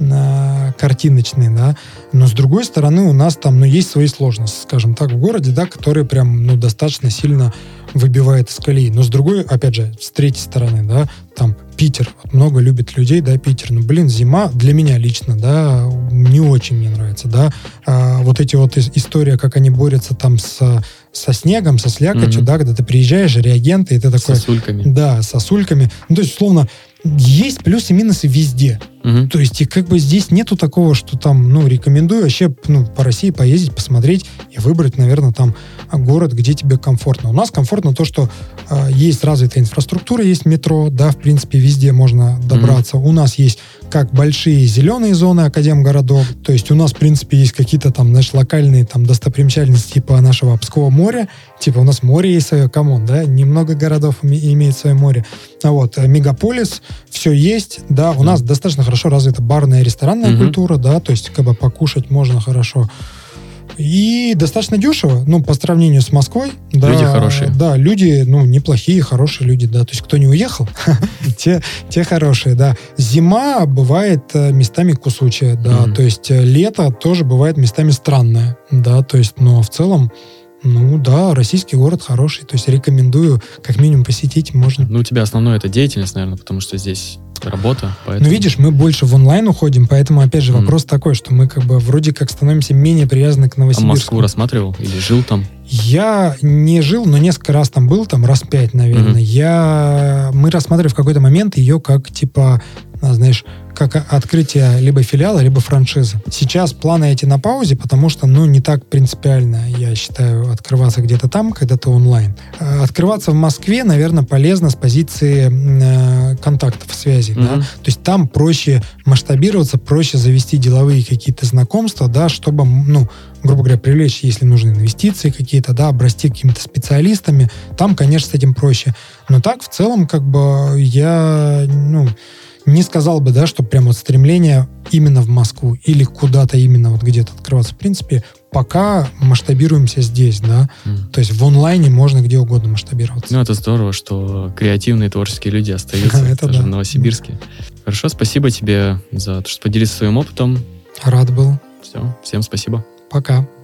а, картиночный, да, но с другой стороны у нас там, ну, есть свои сложности, скажем так, в городе, да, которые прям, ну, достаточно сильно выбивает из колеи. Но с другой, опять же, с третьей стороны, да, там Питер, вот много любит людей, да, Питер, ну, блин, зима для меня лично, да, не очень мне нравится, да, а, вот эти вот истории, как они борются там с, со снегом, со слякотью, mm-hmm. да, когда ты приезжаешь, реагенты, и ты такой... С сосульками. Да, с сосульками. Ну, то есть, условно, есть плюсы и минусы везде. Uh-huh. То есть, и как бы здесь нету такого, что там, ну, рекомендую вообще, ну, по России поездить, посмотреть и выбрать, наверное, там город, где тебе комфортно. У нас комфортно то, что э, есть развитая инфраструктура, есть метро, да, в принципе, везде можно добраться. Uh-huh. У нас есть как большие зеленые зоны академгородов, то есть у нас, в принципе, есть какие-то там, знаешь, локальные там достопримечательности типа нашего Пскова моря, типа у нас море есть свое, камон, да, немного городов имеет свое море. А вот, мегаполис, все есть, да, у uh-huh. нас достаточно хорошо развита барная и ресторанная uh-huh. культура, да, то есть как бы покушать можно хорошо. И достаточно дешево, ну, по сравнению с Москвой. Да, люди хорошие. Да, люди, ну, неплохие, хорошие люди, да. То есть, кто не уехал, те, те хорошие, да. Зима бывает местами кусучая, да. Mm-hmm. То есть, лето тоже бывает местами странное, да. То есть, но в целом, ну, да, российский город хороший. То есть, рекомендую как минимум посетить можно. Ну, у тебя основное это деятельность, наверное, потому что здесь... работа, поэтому... Ну, видишь, мы больше в онлайн уходим, поэтому, опять же, вопрос mm. такой, что мы как бы вроде как становимся менее привязаны к Новосибирску. А Москву рассматривал или жил там? Я не жил, но несколько раз там был, там раз пять, наверное. Mm-hmm. Я... Мы рассматривали в какой-то момент ее как, типа, знаешь, как открытие либо филиала, либо франшизы. Сейчас планы эти на паузе, потому что, ну, не так принципиально, я считаю, открываться где-то там, когда ты онлайн. Открываться в Москве, наверное, полезно с позиции э, контактов, связей, mm-hmm. да. То есть там проще масштабироваться, проще завести деловые какие-то знакомства, да, чтобы, ну, грубо говоря, привлечь, если нужны инвестиции какие-то, да, обрасти какими-то специалистами. Там, конечно, с этим проще. Но так, в целом, как бы, я, ну, не сказал бы, да, что прям вот стремление именно в Москву или куда-то именно вот где-то открываться. В принципе, пока масштабируемся здесь, да. Mm. То есть в онлайне можно где угодно масштабироваться. Ну, это здорово, что креативные творческие люди остаются это даже да. в Новосибирске. Хорошо, спасибо тебе за то, что поделился своим опытом. Рад был. Все, всем спасибо. Пока.